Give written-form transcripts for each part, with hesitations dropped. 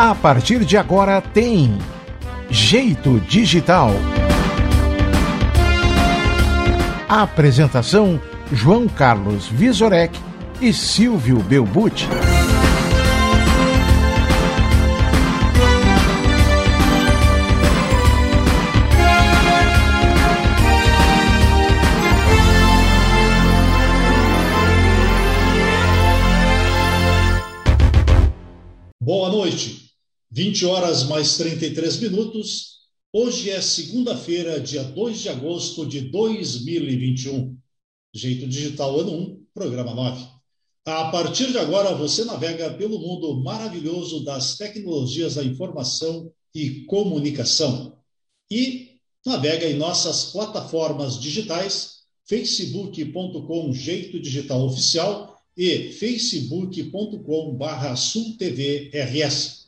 A partir de agora tem Jeito Digital. Apresentação: João Carlos Visorek e Silvio Belbucci. Boa noite, 20 horas mais 33 minutos. Hoje é segunda-feira, dia 2 de agosto de 2021. Jeito Digital Ano 1, programa 9. A partir de agora, você navega pelo mundo maravilhoso das tecnologias da informação e comunicação. E navega em nossas plataformas digitais, facebook.com Jeito Digital Oficial e facebook.com/sultvrs.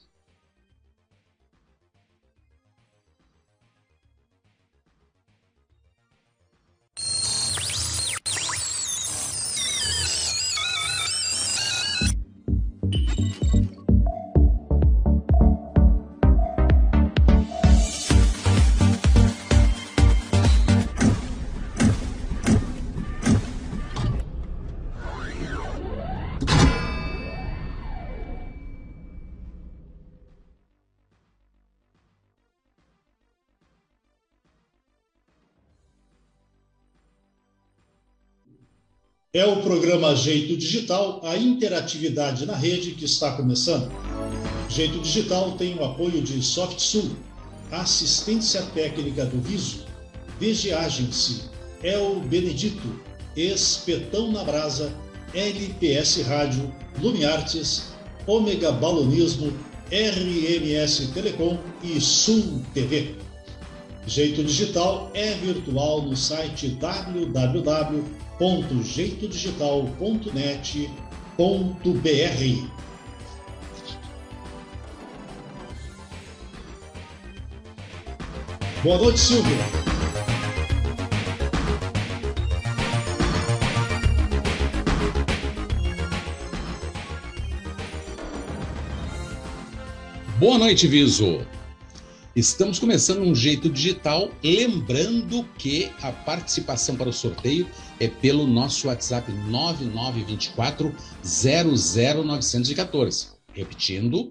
É o programa Jeito Digital, a interatividade na rede que está começando. Jeito Digital tem o apoio de SoftSul, assistência técnica do Viso, DG Agency, El Benedito, Espetão na Brasa, LPS Rádio, Lumiartes, Ômega Balonismo, RMS Telecom e Sul TV. Jeito Digital é virtual no site www.jeitodigital.net.br. Boa noite, Silvio. Boa noite, Viso. Estamos começando um Jeito Digital, lembrando que a participação para o sorteio é pelo nosso WhatsApp 9924 00914. Repetindo,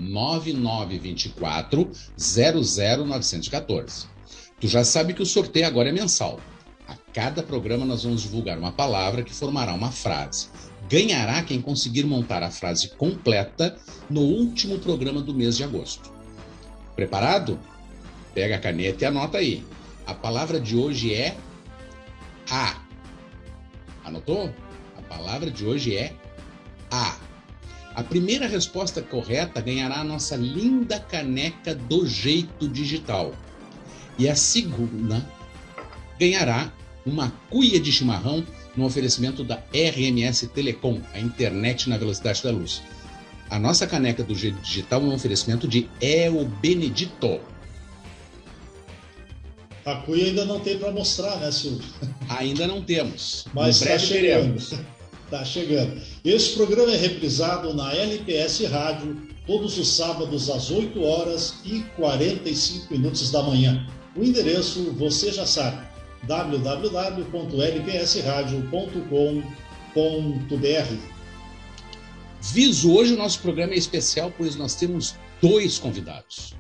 9924 00914. Tu já sabe que o sorteio agora é mensal. A cada programa nós vamos divulgar uma palavra que formará uma frase. Ganhará quem conseguir montar a frase completa no último programa do mês de agosto. Preparado? Pega a caneta e anota aí. A palavra de hoje é A. Anotou? A palavra de hoje é A. A primeira resposta correta ganhará a nossa linda caneca do Jeito Digital. E a segunda ganhará uma cuia de chimarrão no oferecimento da RMS Telecom, a internet na velocidade da luz. A nossa caneca do Jeito Digital é um oferecimento de El Benedito. A cuia ainda não tem para mostrar, né, Silvio? Ainda não temos. Mas está chegando. Está chegando. Esse programa é reprisado na LPS Rádio todos os sábados às 8 horas e 45 minutos da manhã. O endereço você já sabe, www.lpsradio.com.br. Viso, hoje o nosso programa é especial, pois nós temos 2 convidados.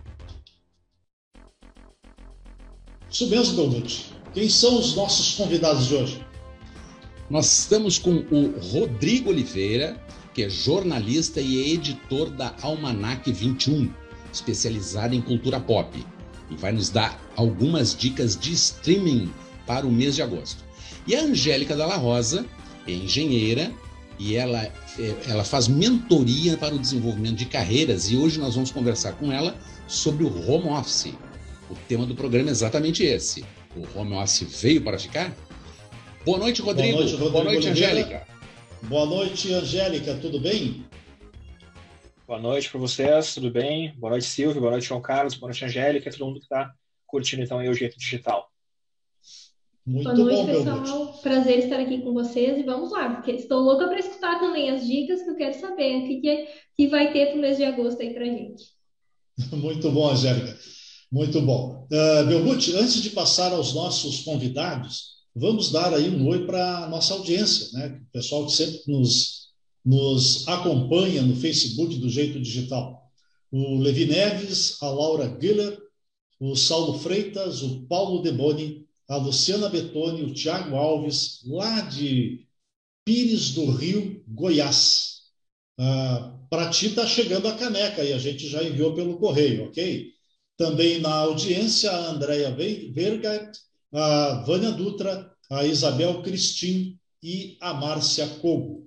Isso mesmo, Belbucci. Quem são os nossos convidados de hoje? Nós estamos com o Rodrigo Oliveira, que é jornalista e editor da Almanac 21, especializado em cultura pop, e vai nos dar algumas dicas de streaming para o mês de agosto. E a Angélica Dalla Rosa é engenheira e ela faz mentoria para o desenvolvimento de carreiras, e hoje nós vamos conversar com ela sobre o home office. O tema do programa é exatamente esse. O home office veio para ficar? Boa noite, Rodrigo. Boa noite, Rodrigo. Boa noite, Oliveira. Angélica. Boa noite, Angélica. Tudo bem? Boa noite para vocês, tudo bem? Boa noite, Silvio. Boa noite, João Carlos. Boa noite, Angélica. Todo mundo que está curtindo então aí o Jeito Digital. Muito Boa noite, bom, pessoal. Belbucci. Prazer estar aqui com vocês e vamos lá, porque estou louca para escutar também as dicas que eu quero saber o que vai ter para o mês de agosto aí para gente. Muito bom, Angélica. Muito bom. Belbuti, antes de passar aos nossos convidados, vamos dar aí um oi para a nossa audiência, né? O pessoal que sempre nos acompanha no Facebook do Jeito Digital. O Levi Neves, a Laura Giller, o Saulo Freitas, o Paulo Deboni, a Luciana Betoni, o Tiago Alves, lá de Pires do Rio, Goiás. Para ti está chegando a caneca e a gente já enviou pelo correio, ok? Também na audiência, a Andréia Verga, a Vânia Dutra, a Isabel Cristim e a Márcia Cogo.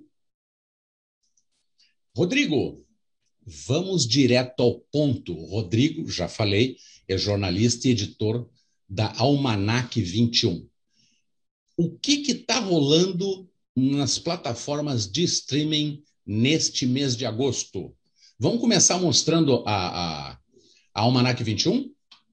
Rodrigo, vamos direto ao ponto. Rodrigo, já falei, é jornalista e editor da Almanac 21. O que está rolando nas plataformas de streaming neste mês de agosto? Vamos começar mostrando a Almanac 21?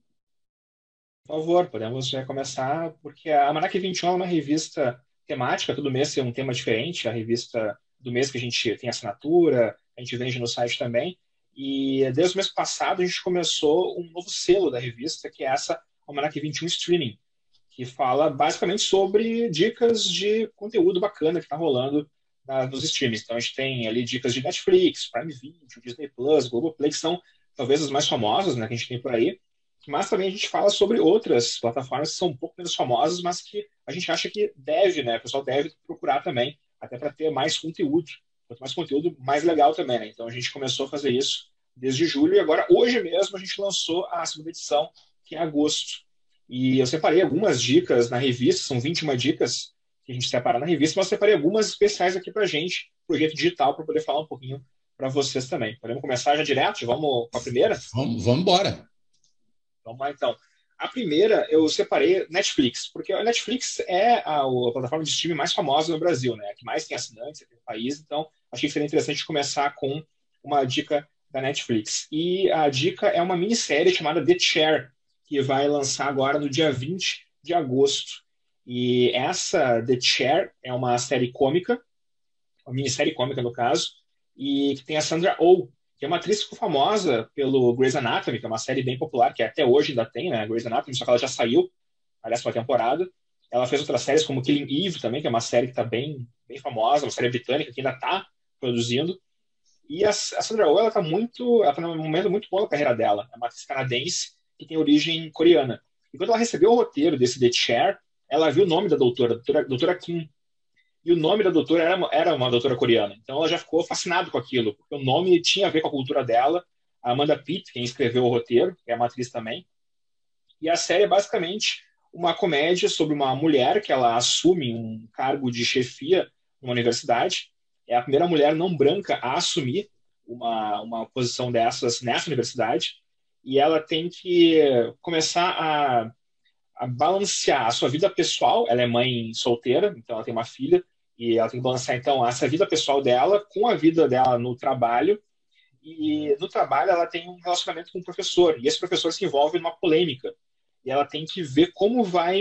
Por favor, podemos já começar, porque a Almanac 21 é uma revista temática, todo mês tem um tema diferente, a revista do mês que a gente tem assinatura, a gente vende no site também, e desde o mês passado a gente começou um novo selo da revista, que é essa Almanac 21 Streaming, que fala basicamente sobre dicas de conteúdo bacana que está rolando nos streams. Então a gente tem ali dicas de Netflix, Prime Video, Disney Plus, Globoplay, que são talvez as mais famosas, né, que a gente tem por aí, mas também a gente fala sobre outras plataformas que são um pouco menos famosas, mas que a gente acha que deve, né, o pessoal deve procurar também, até para ter mais conteúdo. Quanto mais conteúdo, mais legal também, né? Então a gente começou a fazer isso desde julho e agora, hoje mesmo, a gente lançou a segunda edição, que é agosto. E eu separei algumas dicas na revista, são 21 dicas que a gente separa na revista, mas eu separei algumas especiais aqui pra gente, projeto digital, para poder falar um pouquinho para vocês também. Podemos começar já direto? Vamos com a primeira? Vamos embora. Vamos lá, então. A primeira, eu separei Netflix, porque a Netflix é a plataforma de streaming mais famosa no Brasil, né? A que mais tem assinantes aqui no país, então achei que seria interessante começar com uma dica da Netflix. E a dica é uma minissérie chamada The Chair, que vai lançar agora no dia 20 de agosto. E essa The Chair é uma série cômica, uma minissérie cômica no caso, e que tem a Sandra Oh, que é uma atriz que ficou famosa pelo Grey's Anatomy, que é uma série bem popular, que até hoje ainda tem, né? Grey's Anatomy, só que ela já saiu, a 10ª temporada. Ela fez outras séries, como Killing Eve também, que é uma série que está bem, bem famosa, uma série britânica que ainda está produzindo. E a Sandra Oh, ela está num momento muito bom na carreira dela. É uma atriz canadense que tem origem coreana. E quando ela recebeu o roteiro desse The Chair, ela viu o nome da doutora Kim. E o nome da doutora era uma doutora coreana. Então ela já ficou fascinada com aquilo, porque o nome tinha a ver com a cultura dela. A Amanda Pitt, quem escreveu o roteiro, que é uma atriz também. E a série é basicamente uma comédia sobre uma mulher que ela assume um cargo de chefia numa universidade. É a primeira mulher não branca a assumir uma posição dessas nessa universidade. E ela tem que começar a balancear a sua vida pessoal. Ela é mãe solteira, então ela tem uma filha, e ela tem que balancear, então, essa vida pessoal dela com a vida dela no trabalho. E no trabalho ela tem um relacionamento com um professor, e esse professor se envolve numa polêmica. E ela tem que ver como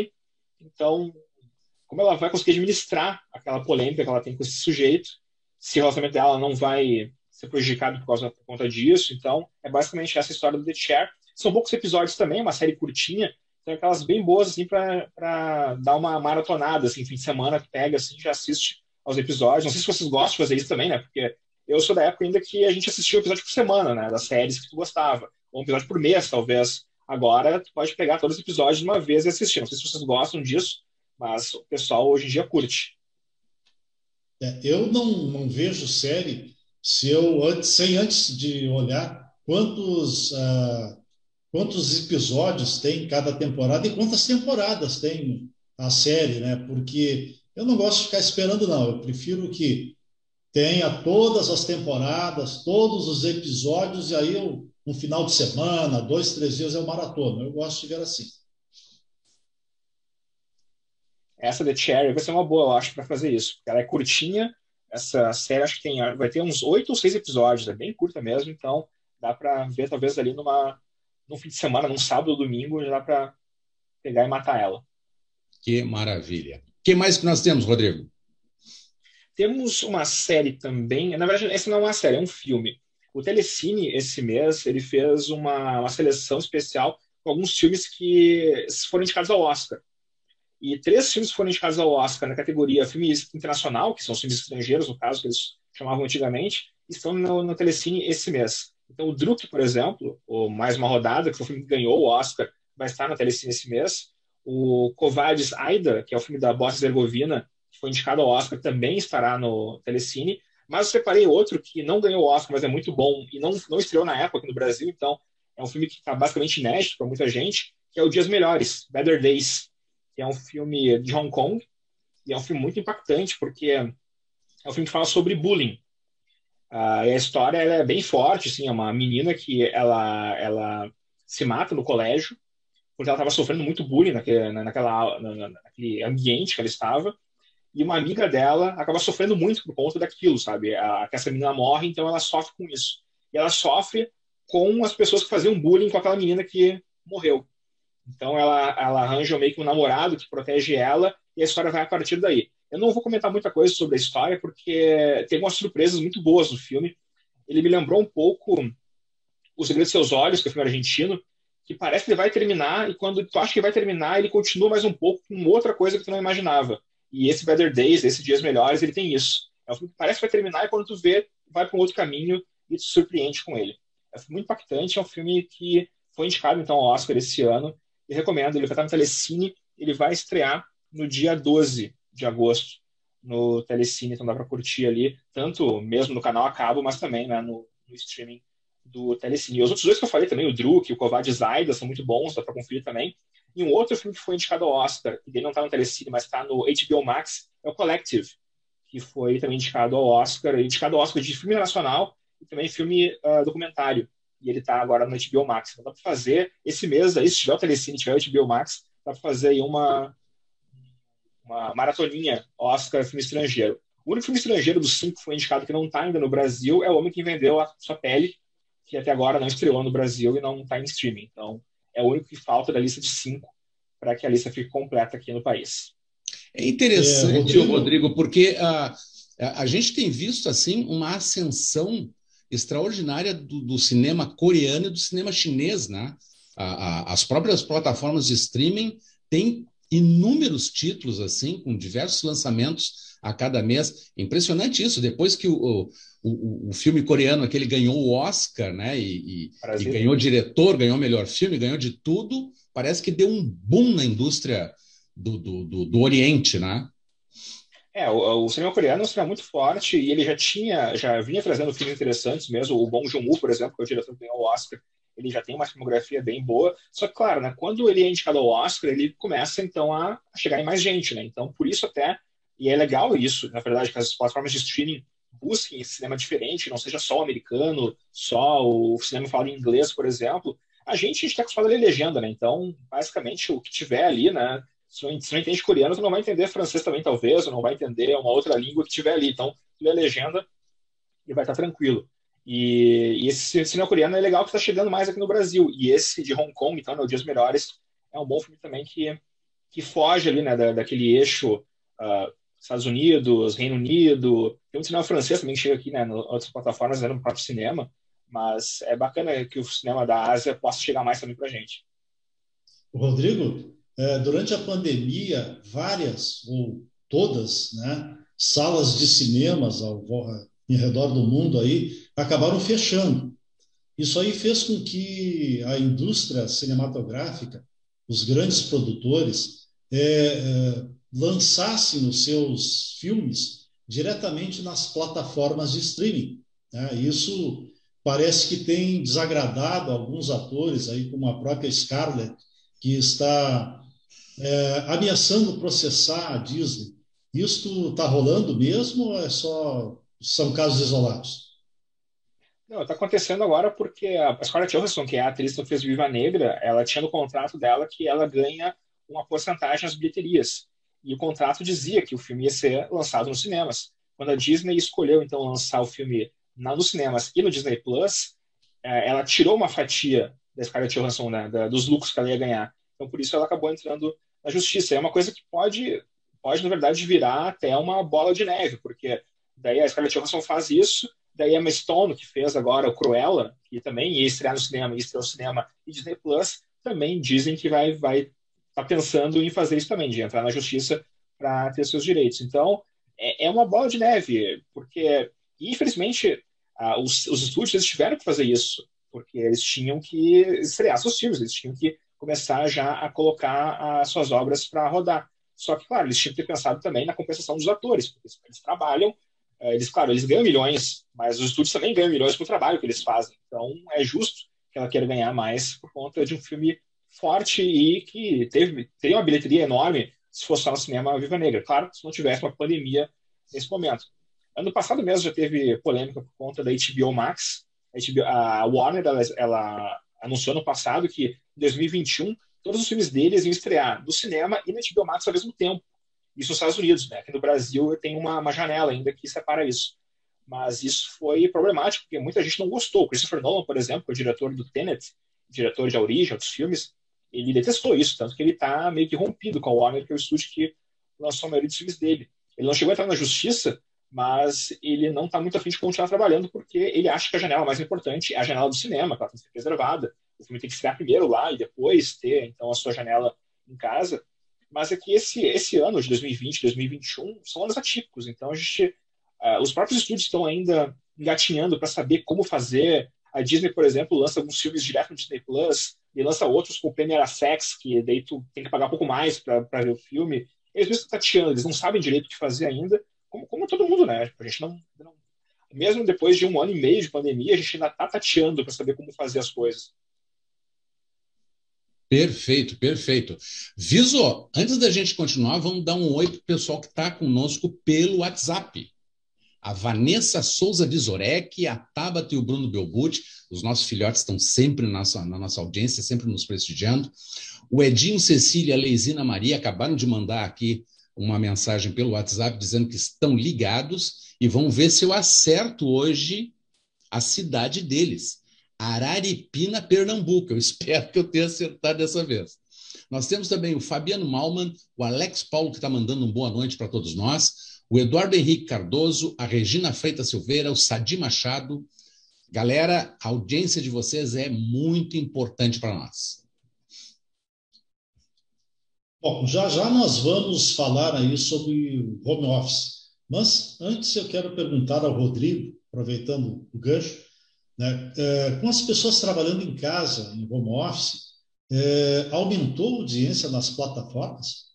ela vai conseguir administrar aquela polêmica que ela tem com esse sujeito, se o relacionamento dela não vai ser prejudicado por conta disso. Então, é basicamente essa história do The Chair. São poucos episódios também, uma série curtinha, então aquelas bem boas, assim, para dar uma maratonada, assim, fim de semana, pega, assim, já assiste aos episódios. Não sei se vocês gostam de fazer isso também, né? Porque eu sou da época ainda que a gente assistia um episódio por semana, né? Das séries que tu gostava. Ou um episódio por mês, talvez. Agora, tu pode pegar todos os episódios de uma vez e assistir. Não sei se vocês gostam disso, mas o pessoal hoje em dia curte. Eu não vejo série sem antes de olhar quantos episódios tem cada temporada e quantas temporadas tem a série, né? Porque eu não gosto de ficar esperando, não. Eu prefiro que tenha todas as temporadas, todos os episódios, e aí um final de semana, 2, 3 dias eu maratona. Eu gosto de ver assim. Essa The Cherry vai ser uma boa, eu acho, para fazer isso. Ela é curtinha, essa série acho que vai ter uns 8 ou 6 episódios, é bem curta mesmo, então dá para ver talvez ali num fim de semana, num sábado ou domingo, já dá para pegar e matar ela. Que maravilha. O que mais que nós temos, Rodrigo? Temos uma série também, na verdade essa não é uma série, é um filme. O Telecine, esse mês, ele fez uma seleção especial com alguns filmes que foram indicados ao Oscar. E 3 filmes foram indicados ao Oscar na categoria filme internacional, que são os filmes estrangeiros, no caso, que eles chamavam antigamente, e estão no Telecine esse mês. Então, o Druk, por exemplo, o Mais Uma Rodada, que foi o filme que ganhou o Oscar, vai estar no Telecine esse mês. O Kovadis Aida, que é o filme da Bósnia e Herzegovina, que foi indicado ao Oscar, também estará no Telecine. Mas eu separei outro que não ganhou o Oscar, mas é muito bom e não estreou na época aqui no Brasil, então é um filme que está basicamente inédito para muita gente, que é O Dias Melhores, Better Days, que é um filme de Hong Kong, e é um filme muito impactante, porque é um filme que fala sobre bullying. E a história ela é bem forte, assim, é uma menina que ela se mata no colégio, porque ela estava sofrendo muito bullying naquele ambiente que ela estava, e uma amiga dela acaba sofrendo muito por conta daquilo, sabe? Que essa menina morre, então ela sofre com isso. E ela sofre com as pessoas que faziam bullying com aquela menina que morreu. Então ela arranja meio que um namorado que protege ela, e a história vai a partir daí. Eu não vou comentar muita coisa sobre a história, porque tem umas surpresas muito boas no filme. Ele me lembrou um pouco O Segredo de Seus Olhos, que é o filme argentino, que parece que ele vai terminar, e quando tu acha que vai terminar, ele continua mais um pouco com outra coisa que tu não imaginava. E esse Better Days, esse Dias Melhores, ele tem isso. É um filme que parece que vai terminar, e quando tu vê, vai para um outro caminho e te surpreende com ele. É um filme muito impactante, é um filme que foi indicado então ao Oscar esse ano, e recomendo. Ele vai estar no Telecine, ele vai estrear no dia 12 de agosto no Telecine, então dá para curtir ali, tanto mesmo no canal a cabo, mas também, né, no streaming do Telecine. E os outros dois que eu falei também, o Druk e o Kovadis Aida, são muito bons, dá para conferir também. E um outro filme que foi indicado ao Oscar, que ele não está no Telecine, mas está no HBO Max, é o Collective, que foi também indicado ao Oscar de filme nacional e também filme documentário. E ele está agora no HBO Max. Então dá para fazer esse mês aí, se tiver o Telecine, tiver o HBO Max, dá para fazer aí uma maratoninha Oscar filme estrangeiro. O único filme estrangeiro dos 5 que foi indicado que não está ainda no Brasil é O Homem que Vendeu a Sua Pele, que até agora não estreou no Brasil e não está em streaming. Então, é o único que falta da lista de 5 para que a lista fique completa aqui no país. É interessante, Rodrigo, porque a gente tem visto assim uma ascensão extraordinária do cinema coreano e do cinema chinês, né? As próprias plataformas de streaming têm inúmeros títulos assim, com diversos lançamentos a cada mês. Impressionante isso. Depois que o filme coreano aquele ganhou o Oscar, né? E ganhou diretor, ganhou melhor filme, ganhou de tudo. Parece que deu um boom na indústria do Oriente, né? O cinema coreano é um cinema muito forte e ele já vinha trazendo filmes interessantes mesmo. O Bong Joon-ho, por exemplo, que é o diretor que ganhou o Oscar, ele já tem uma filmografia bem boa. Só que, claro, né, quando ele é indicado ao Oscar, ele começa, então, a chegar em mais gente, né? Então, por isso até, e é legal isso, na verdade, que as plataformas de streaming busquem esse cinema diferente, não seja só o americano, só o cinema falado em inglês, por exemplo. A gente está acostumado a ler legenda, né? Então, basicamente, o que tiver ali, né? Se não entende coreano, tu não vai entender francês também, talvez, ou não vai entender uma outra língua que tiver ali. Então, tu lê a legenda e vai estar tranquilo. E esse cinema coreano é legal que está chegando mais aqui no Brasil. E esse de Hong Kong, então, né, Dias Melhores, é um bom filme também que foge ali, né, daquele eixo Estados Unidos, Reino Unido. Tem um cinema francês também que chega aqui, né, em outras plataformas, no próprio cinema. Mas é bacana que o cinema da Ásia possa chegar mais também para a gente. Rodrigo, durante a pandemia, várias ou todas, né, salas de cinemas em redor do mundo aí acabaram fechando. Isso aí fez com que a indústria cinematográfica, os grandes produtores, lançassem os seus filmes diretamente nas plataformas de streaming, né? Isso parece que tem desagradado alguns atores, aí, como a própria Scarlett, que está ameaçando processar a Disney. Isto está rolando mesmo ou são casos isolados? Não, está acontecendo agora porque a Scarlett Johansson, que é a atriz que fez Viúva Negra, ela tinha no contrato dela que ela ganha uma porcentagem nas bilheterias. E o contrato dizia que o filme ia ser lançado nos cinemas. Quando a Disney escolheu, então, lançar o filme nos cinemas e no Disney Plus, ela tirou uma fatia da Scarlett Johansson, né, dos lucros que ela ia ganhar. Então, por isso, ela acabou entrando na justiça. É uma coisa que pode, na verdade, virar até uma bola de neve, porque daí a Scarlett Johansson faz isso, Daí a Emma Stone, que fez agora o Cruella, que também ia estrear no cinema, ia estrear no cinema, e Disney Plus, também dizem que vai tá pensando em fazer isso também, de entrar na justiça para ter seus direitos. Então, é uma bola de neve, porque, infelizmente, os estúdios eles tiveram que fazer isso, porque eles tinham que estrear seus filmes, eles tinham que começar já a colocar as suas obras para rodar. Só que, claro, eles tinham que ter pensado também na compensação dos atores, porque eles trabalham, eles ganham milhões, mas os estúdios também ganham milhões pelo trabalho que eles fazem. Então, é justo que ela queira ganhar mais por conta de um filme forte e que teria uma bilheteria enorme se fosse só no cinema Viva Negra. Claro, se não tivesse uma pandemia nesse momento. Ano passado mesmo já teve polêmica por conta da HBO Max. A Warner ela anunciou no passado que em 2021 todos os filmes deles iam estrear no cinema e na HBO Max ao mesmo tempo. Isso nos Estados Unidos, né? Aqui no Brasil tem uma janela ainda que separa isso. Mas isso foi problemático, porque muita gente não gostou. O Christopher Nolan, por exemplo, que é o diretor do Tenet, diretor de A Origem, outros filmes, ele detestou isso, tanto que ele está meio que rompido com a Warner, que é o estúdio que lançou a maioria dos filmes dele. Ele não chegou a entrar na justiça, mas ele não está muito afim de continuar trabalhando, porque ele acha que a janela mais importante é a janela do cinema, que ela tem que ser preservada. O filme tem que estrear primeiro lá e depois ter então a sua janela em casa. Mas é que esse ano de 2020, 2021 são anos atípicos, então os próprios estúdios estão ainda engatinhando para saber como fazer. A Disney, por exemplo, lança alguns filmes direto no Disney Plus e lança outros com Premier Access, que daí tu tem que pagar um pouco mais para ver o filme. Eles mesmo estão tateando, eles não sabem direito o que fazer ainda, como todo mundo, né? A gente não, mesmo depois de 1 ano e meio de pandemia, a gente ainda está tateando para saber como fazer as coisas. Perfeito, perfeito. Viso, antes da gente continuar, vamos dar um oi para o pessoal que está conosco pelo WhatsApp. A Vanessa Souza Vizorek, a Tabata e o Bruno Belbucci, os nossos filhotes estão sempre na nossa audiência, sempre nos prestigiando. O Edinho, Cecília, a Leisina Maria acabaram de mandar aqui uma mensagem pelo WhatsApp dizendo que estão ligados e vão ver se eu acerto hoje a cidade deles, Araripina, Pernambuco. Eu espero que eu tenha acertado dessa vez. Nós temos também o Fabiano Malman, o Alex Paulo, que está mandando uma boa noite para todos nós, o Eduardo Henrique Cardoso, a Regina Freitas Silveira, o Sadi Machado. Galera, a audiência de vocês é muito importante para nós. Bom, já já nós vamos falar aí sobre o home office. Mas antes eu quero perguntar ao Rodrigo, aproveitando o gancho, né, com as pessoas trabalhando em casa, em home office, aumentou a audiência nas plataformas?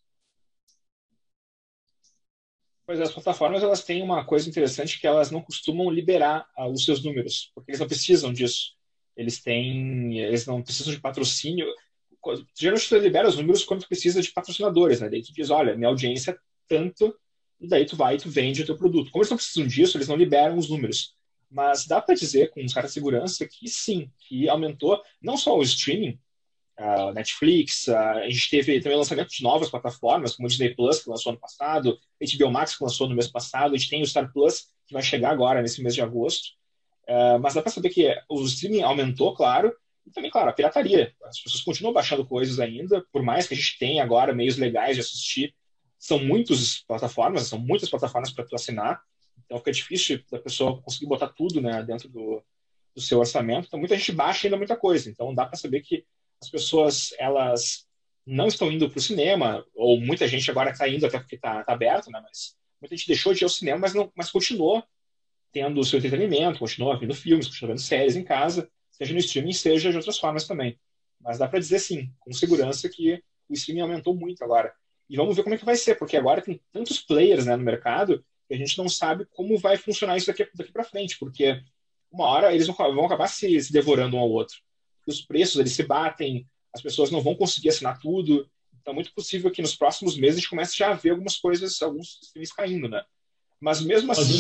Pois é, as plataformas elas têm uma coisa interessante que elas não costumam liberar os seus números, porque eles não precisam disso. Eles não precisam de patrocínio. Geralmente você libera os números quando precisa de patrocinadores, né? Daí tu diz, olha, minha audiência é tanto, e daí tu vai e tu vende o teu produto. Como eles não precisam disso, eles não liberam os números. Mas dá para dizer com os caras de segurança que sim, que aumentou não só o streaming, a Netflix, a gente teve também o lançamento de novas plataformas, como o Disney Plus, que lançou ano passado, a HBO Max, que lançou no mês passado, a gente tem o Star Plus, que vai chegar agora, nesse mês de agosto. Mas dá para saber que o streaming aumentou, claro, e também, claro, a pirataria. As pessoas continuam baixando coisas ainda, por mais que a gente tenha agora meios legais de assistir, são muitas plataformas para tu assinar, então fica difícil da pessoa conseguir botar tudo, né, dentro do seu orçamento. Então muita gente baixa ainda muita coisa, então dá para saber que as pessoas, elas não estão indo para o cinema, ou muita gente agora está indo até porque está aberto, né? Mas muita gente deixou de ir ao cinema, mas continuou tendo o seu entretenimento, continuou vendo filmes, continuou vendo séries em casa, seja no streaming, seja de outras formas também. Mas dá para dizer sim, com segurança, que o streaming aumentou muito agora. E vamos ver como é que vai ser, porque agora tem tantos players, né, no mercado que a gente não sabe como vai funcionar isso daqui para frente, porque uma hora eles vão acabar se devorando um ao outro. Os preços eles se batem, as pessoas não vão conseguir assinar tudo. Então é muito possível que nos próximos meses a gente comece já a ver algumas coisas, alguns streams caindo, né? Mas mesmo assim,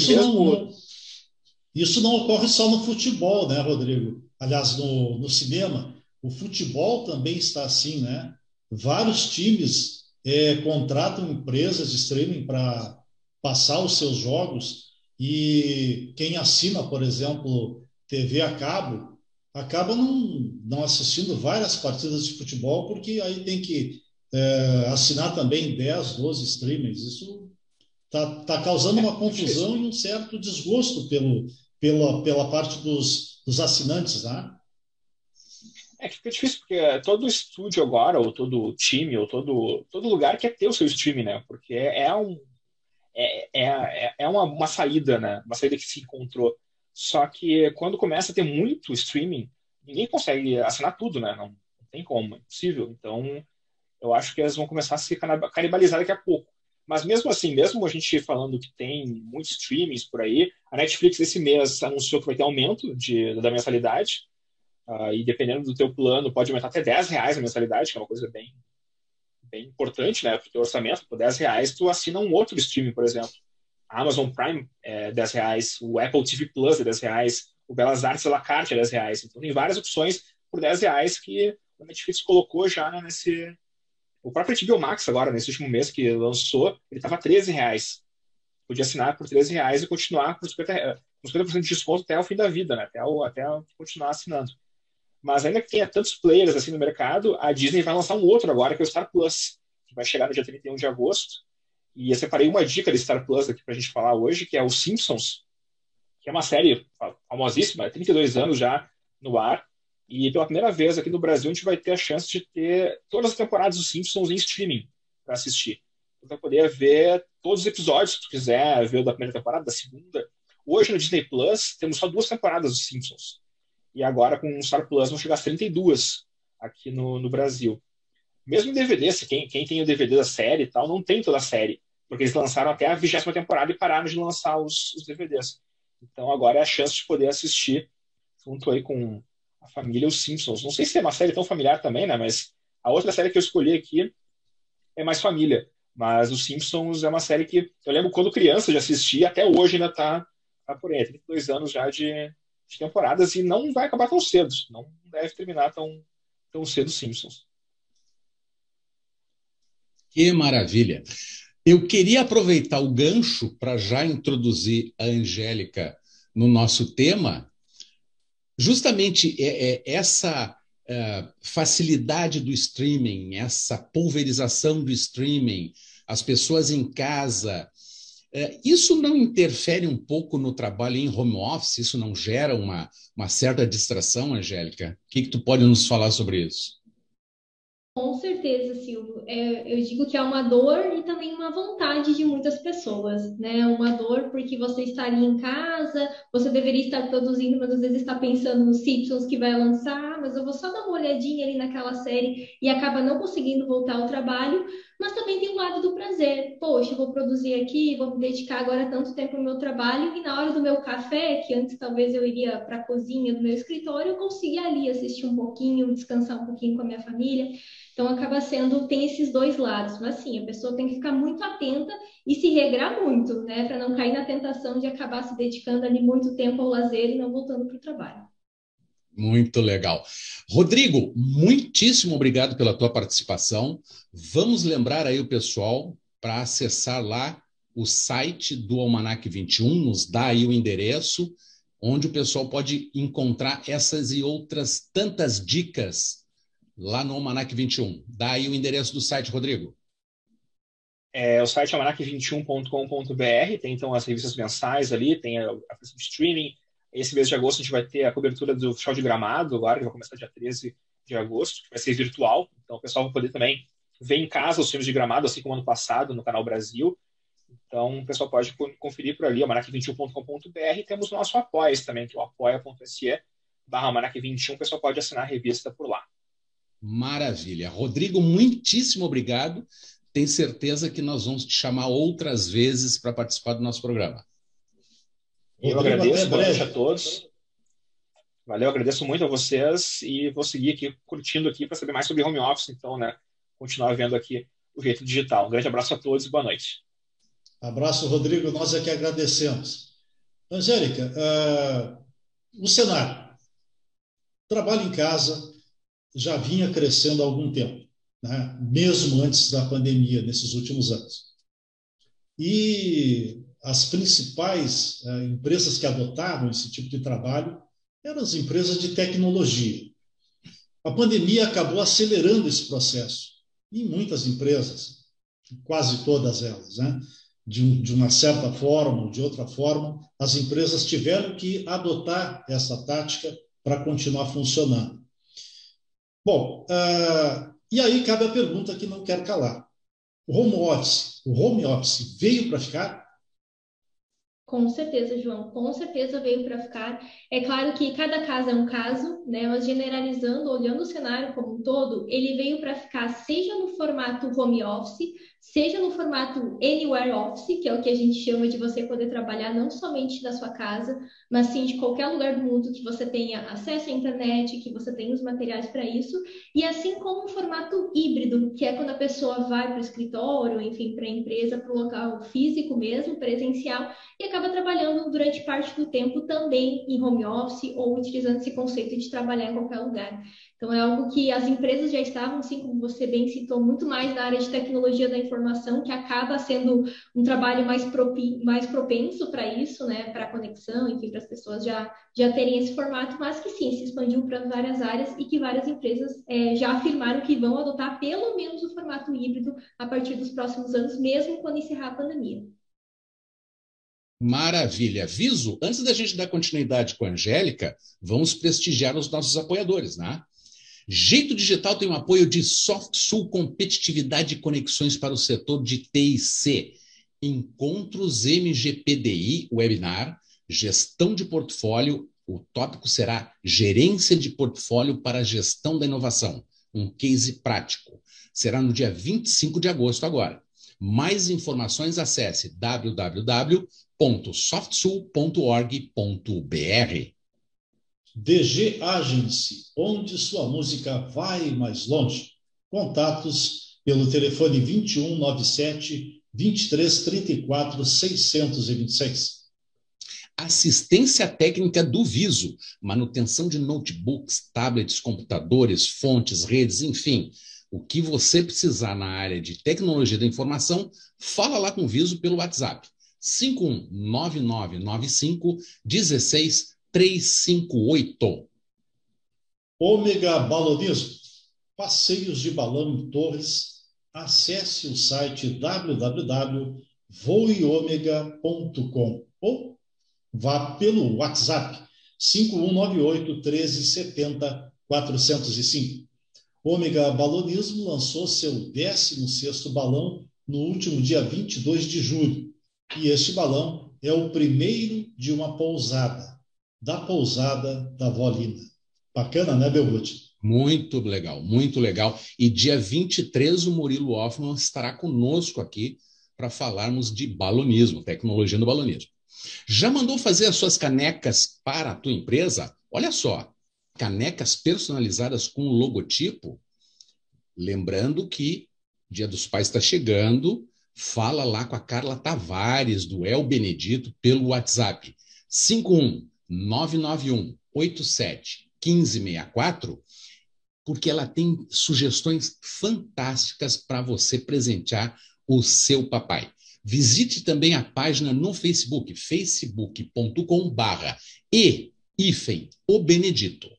isso não ocorre só no futebol, né, Rodrigo? Aliás, no cinema, o futebol também está assim, né? Vários times contratam empresas de streaming para passar os seus jogos e quem assina, por exemplo, TV a cabo, acaba não assistindo várias partidas de futebol, porque aí tem que assinar também 10, 12 streamings. Isso está causando uma confusão e um certo desgosto pela parte dos assinantes, né? Que fica difícil, porque todo estúdio agora, ou todo time, ou todo lugar quer ter o seu streaming, né? Porque é uma saída, né? Uma saída que se encontrou. Só que quando começa a ter muito streaming, ninguém consegue assinar tudo, né? Não tem como, é impossível. Então, eu acho que elas vão começar a se canibalizar daqui a pouco. Mas mesmo assim, mesmo a gente falando que tem muitos streamings por aí, a Netflix esse mês anunciou que vai ter aumento da mensalidade. E dependendo do teu plano, pode aumentar até R$10 a mensalidade, que é uma coisa bem, bem importante, né? Para o teu orçamento. Por R$10 tu assina um outro streaming, por exemplo. A Amazon Prime é R$10, o Apple TV Plus é R$10, o Belas Artes à la carte é R$10. Então tem várias opções por R$10 que a Netflix colocou já, né, nesse... O próprio HBO Max agora, nesse último mês que lançou, ele estava R$13. Podia assinar por R$13 e continuar com 50% de desconto até o fim da vida, né? Até continuar assinando. Mas ainda que tenha tantos players assim no mercado, a Disney vai lançar um outro agora, que é o Star Plus, que vai chegar no dia 31 de agosto. E eu separei uma dica do Star Plus aqui pra gente falar hoje, que é o Simpsons, que é uma série famosíssima, 32 anos já no ar. E pela primeira vez aqui no Brasil, a gente vai ter a chance de ter todas as temporadas dos Simpsons em streaming para assistir. Você vai poder ver todos os episódios, se tu quiser ver da primeira temporada, da segunda. Hoje no Disney Plus, temos só 2 temporadas dos Simpsons. E agora com o Star Plus vão chegar às 32 aqui no Brasil. Mesmo em DVD, quem tem o DVD da série e tal, não tem toda a série, porque eles lançaram até a 20ª temporada e pararam de lançar os DVDs. Então agora é a chance de poder assistir junto aí com a família Os Simpsons. Não sei se é uma série tão familiar também, né? Mas a outra série que eu escolhi aqui é mais família. Mas Os Simpsons é uma série que eu lembro quando criança de assistir, até hoje ainda tá por aí. 32 anos já de temporadas e não vai acabar tão cedo. Não deve terminar tão cedo Simpsons. Que maravilha! Eu queria aproveitar o gancho para já introduzir a Angélica no nosso tema, justamente essa facilidade do streaming, essa pulverização do streaming, as pessoas em casa. Isso não interfere um pouco no trabalho em home office? Isso não gera uma certa distração, Angélica? O que tu pode nos falar sobre isso? Com certeza, Silvio. Eu digo que é uma dor e também uma vontade de muitas pessoas, né? Uma dor porque você estaria em casa, você deveria estar produzindo, mas às vezes está pensando nos Simpsons que vai lançar, mas eu vou só dar uma olhadinha ali naquela série e acaba não conseguindo voltar ao trabalho. Mas também tem o lado do prazer. Poxa, eu vou produzir aqui, vou me dedicar agora tanto tempo ao meu trabalho e na hora do meu café, que antes talvez eu iria para a cozinha do meu escritório, eu consegui ali assistir um pouquinho, descansar um pouquinho com a minha família. Então acaba tem esses dois lados. Mas sim, a pessoa tem que ficar muito atenta e se regrar muito, né? Para não cair na tentação de acabar se dedicando ali muito tempo ao lazer e não voltando para o trabalho. Muito legal. Rodrigo, muitíssimo obrigado pela tua participação. Vamos lembrar aí o pessoal para acessar lá o site do Almanac 21, nos dá aí o endereço, onde o pessoal pode encontrar essas e outras tantas dicas lá no Almanac 21. Dá aí o endereço do site, Rodrigo. O site é almanac21.com.br, tem então as revistas mensais ali, tem a questão de streaming. Esse mês de agosto a gente vai ter a cobertura do Festival de Gramado, agora, que vai começar dia 13 de agosto, que vai ser virtual. Então o pessoal vai poder também ver em casa os filmes de Gramado, assim como ano passado, no Canal Brasil. Então o pessoal pode conferir por ali, almanac21.com.br. Temos o nosso apoia também, que é o apoia.se/almanac21. O pessoal pode assinar a revista por lá. Maravilha. Rodrigo, muitíssimo obrigado. Tenho certeza que nós vamos te chamar outras vezes para participar do nosso programa. Eu agradeço, boa noite a todos. Valeu, agradeço muito a vocês e vou seguir aqui, curtindo aqui para saber mais sobre home office, então, né? Continuar vendo aqui o jeito digital. Um grande abraço a todos e boa noite. Abraço, Rodrigo, nós é que agradecemos. Angélica, o cenário. Trabalho em casa já vinha crescendo há algum tempo, né? Mesmo antes da pandemia, nesses últimos anos. E as principais empresas que adotaram esse tipo de trabalho eram as empresas de tecnologia. A pandemia acabou acelerando esse processo. E muitas empresas, quase todas elas, né, de uma certa forma ou de outra forma, as empresas tiveram que adotar essa tática para continuar funcionando. Bom, e aí cabe a pergunta que não quero calar. O home office veio para ficar? Com certeza, João, com certeza veio para ficar. É claro que cada caso é um caso, né? Mas generalizando, olhando o cenário como um todo, ele veio para ficar seja no formato home office, seja no formato anywhere office, que é o que a gente chama de você poder trabalhar não somente da sua casa, mas sim de qualquer lugar do mundo que você tenha acesso à internet, que você tenha os materiais para isso, e assim como o formato híbrido, que é quando a pessoa vai para o escritório, enfim, para a empresa, para o local físico mesmo, presencial, e acaba trabalhando durante parte do tempo também em home office ou utilizando esse conceito de trabalhar em qualquer lugar. Então, é algo que as empresas já estavam, assim como você bem citou, muito mais na área de tecnologia da informação, que acaba sendo um trabalho mais propenso para isso, né, para a conexão, enfim, para as pessoas já terem esse formato, mas que sim, se expandiu para várias áreas e que várias empresas já afirmaram que vão adotar pelo menos o formato híbrido a partir dos próximos anos, mesmo quando encerrar a pandemia. Maravilha. Viso, antes da gente dar continuidade com a Angélica, vamos prestigiar os nossos apoiadores, né? Jeito Digital tem o apoio de SoftSul Competitividade e Conexões para o setor de TIC. Encontros MGPDI, webinar, gestão de portfólio. O tópico será gerência de portfólio para a gestão da inovação. Um case prático. Será no dia 25 de agosto agora. Mais informações, acesse www.softsul.org.br. DG Agency, onde sua música vai mais longe. Contatos pelo telefone 2197 2334 626. Assistência técnica do Viso, manutenção de notebooks, tablets, computadores, fontes, redes, enfim. O que você precisar na área de tecnologia da informação, fala lá com o Viso pelo WhatsApp. 519995 16358. Ômega Balonismo, passeios de balão em Torres. Acesse o site www.voeomega.com ou vá pelo WhatsApp 5198 1370 405. Ômega Balonismo lançou seu 16º balão no último dia 22 de julho. E este balão é o primeiro de uma pousada, da pousada da Vó Lina. Bacana, né, Belbuti? Muito legal, muito legal. E dia 23 o Murilo Hoffman estará conosco aqui para falarmos de balonismo, tecnologia no balonismo. Já mandou fazer as suas canecas para a tua empresa? Olha só, canecas personalizadas com o logotipo. Lembrando que Dia dos Pais está chegando, fala lá com a Carla Tavares, do El Benedito, pelo WhatsApp 51991871564, porque ela tem sugestões fantásticas para você presentear o seu papai. Visite também a página no Facebook, facebook.com/o Benedito.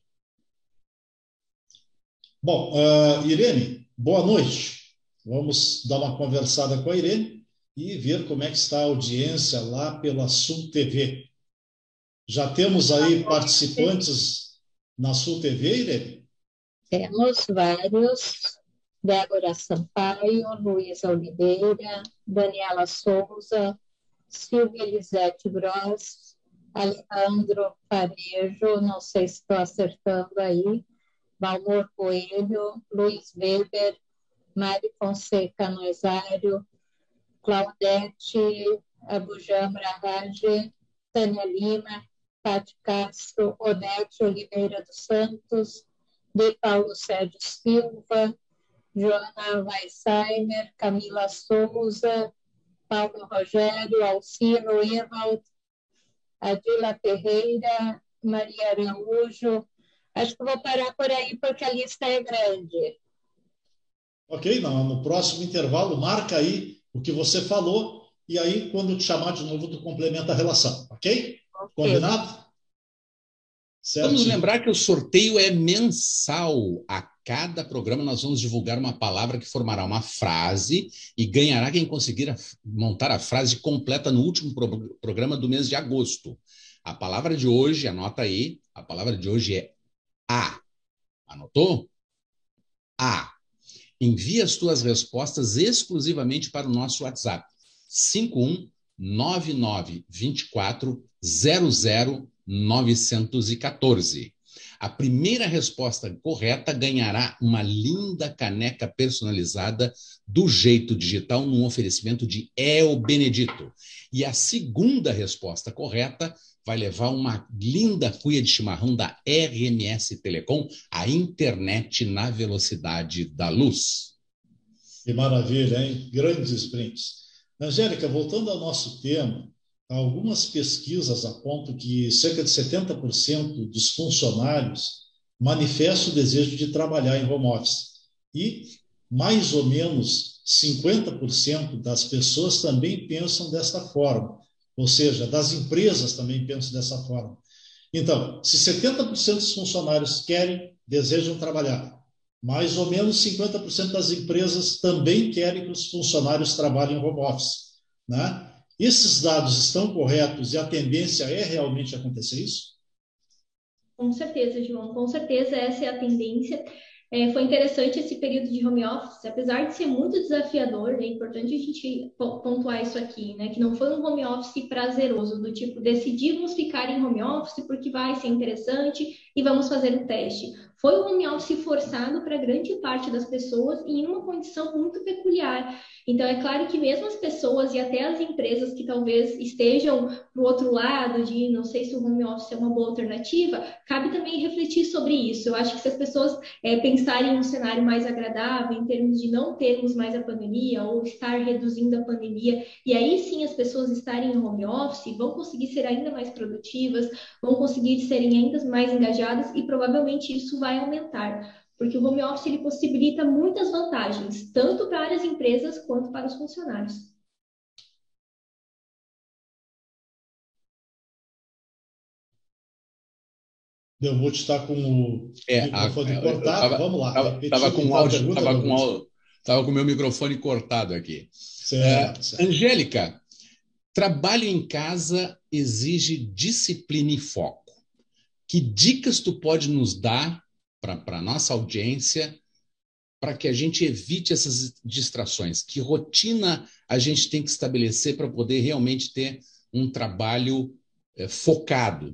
Bom, Irene, boa noite. Vamos dar uma conversada com a Irene e ver como é que está a audiência lá pela Sul TV. Já temos aí participantes na Sul TV, Irene? Temos vários: Débora Sampaio, Luísa Oliveira, Daniela Souza, Silvia Elisete Gross, Alejandro Parejo, não sei se estou acertando aí, Valmor Coelho, Luiz Weber, Mari Fonseca Noisário, Claudete Abujamra Rage, Tânia Lima, Pati Castro, Odete Oliveira dos Santos, de Paulo Sérgio Silva, Joana Weissheimer, Camila Souza, Paulo Rogério, Alcino Ewald, Adila Ferreira, Maria Araújo. Acho que vou parar por aí porque a lista é grande. Ok, no próximo intervalo, marca aí o que você falou e aí, quando te chamar de novo, tu complementa a relação, ok? Combinado? Vamos lembrar que o sorteio é mensal. A cada programa nós vamos divulgar uma palavra que formará uma frase e ganhará quem conseguir montar a frase completa no último programa do mês de agosto. A palavra de hoje, anota aí, a palavra de hoje é A. Anotou? A. Envie as tuas respostas exclusivamente para o nosso WhatsApp, 519924000914. A primeira resposta correta ganhará uma linda caneca personalizada do Jeito Digital num oferecimento de El Benedito. E a segunda resposta correta vai levar uma linda cuia de chimarrão da RMS Telecom, a internet na velocidade da luz. Que maravilha, hein? Grandes brindes. Angélica, voltando ao nosso tema, algumas pesquisas apontam que cerca de 70% dos funcionários manifestam o desejo de trabalhar em home office. E mais ou menos 50% das pessoas também pensam desta forma. Ou seja, das empresas também pensam dessa forma. Então, se 70% dos funcionários desejam trabalhar, mais ou menos 50% das empresas também querem que os funcionários trabalhem em home office, né? Esses dados estão corretos e a tendência é realmente acontecer isso? Com certeza, João, com certeza essa é a tendência. Foi interessante esse período de home office, apesar de ser muito desafiador, é importante a gente pontuar isso aqui, né? Que não foi um home office prazeroso, do tipo, decidimos ficar em home office porque vai ser interessante e vamos fazer um teste. Foi um home office forçado para grande parte das pessoas e em uma condição muito peculiar. Então, é claro que mesmo as pessoas e até as empresas que talvez estejam do outro lado de não sei se o home office é uma boa alternativa, cabe também refletir sobre isso. Eu acho que se as pessoas pensarem em um cenário mais agradável, em termos de não termos mais a pandemia ou estar reduzindo a pandemia, e aí sim as pessoas estarem em home office, vão conseguir ser ainda mais produtivas, vão conseguir serem ainda mais engajadas e provavelmente isso vai aumentar. Porque o home office ele possibilita muitas vantagens, tanto para as empresas quanto para os funcionários. Belmute está com o microfone cortado. Vamos lá. Estava com o meu microfone cortado aqui. Certo. Angélica, trabalho em casa exige disciplina e foco. Que dicas tu pode nos dar para a nossa audiência para que a gente evite essas distrações? Que rotina a gente tem que estabelecer para poder realmente ter um trabalho focado?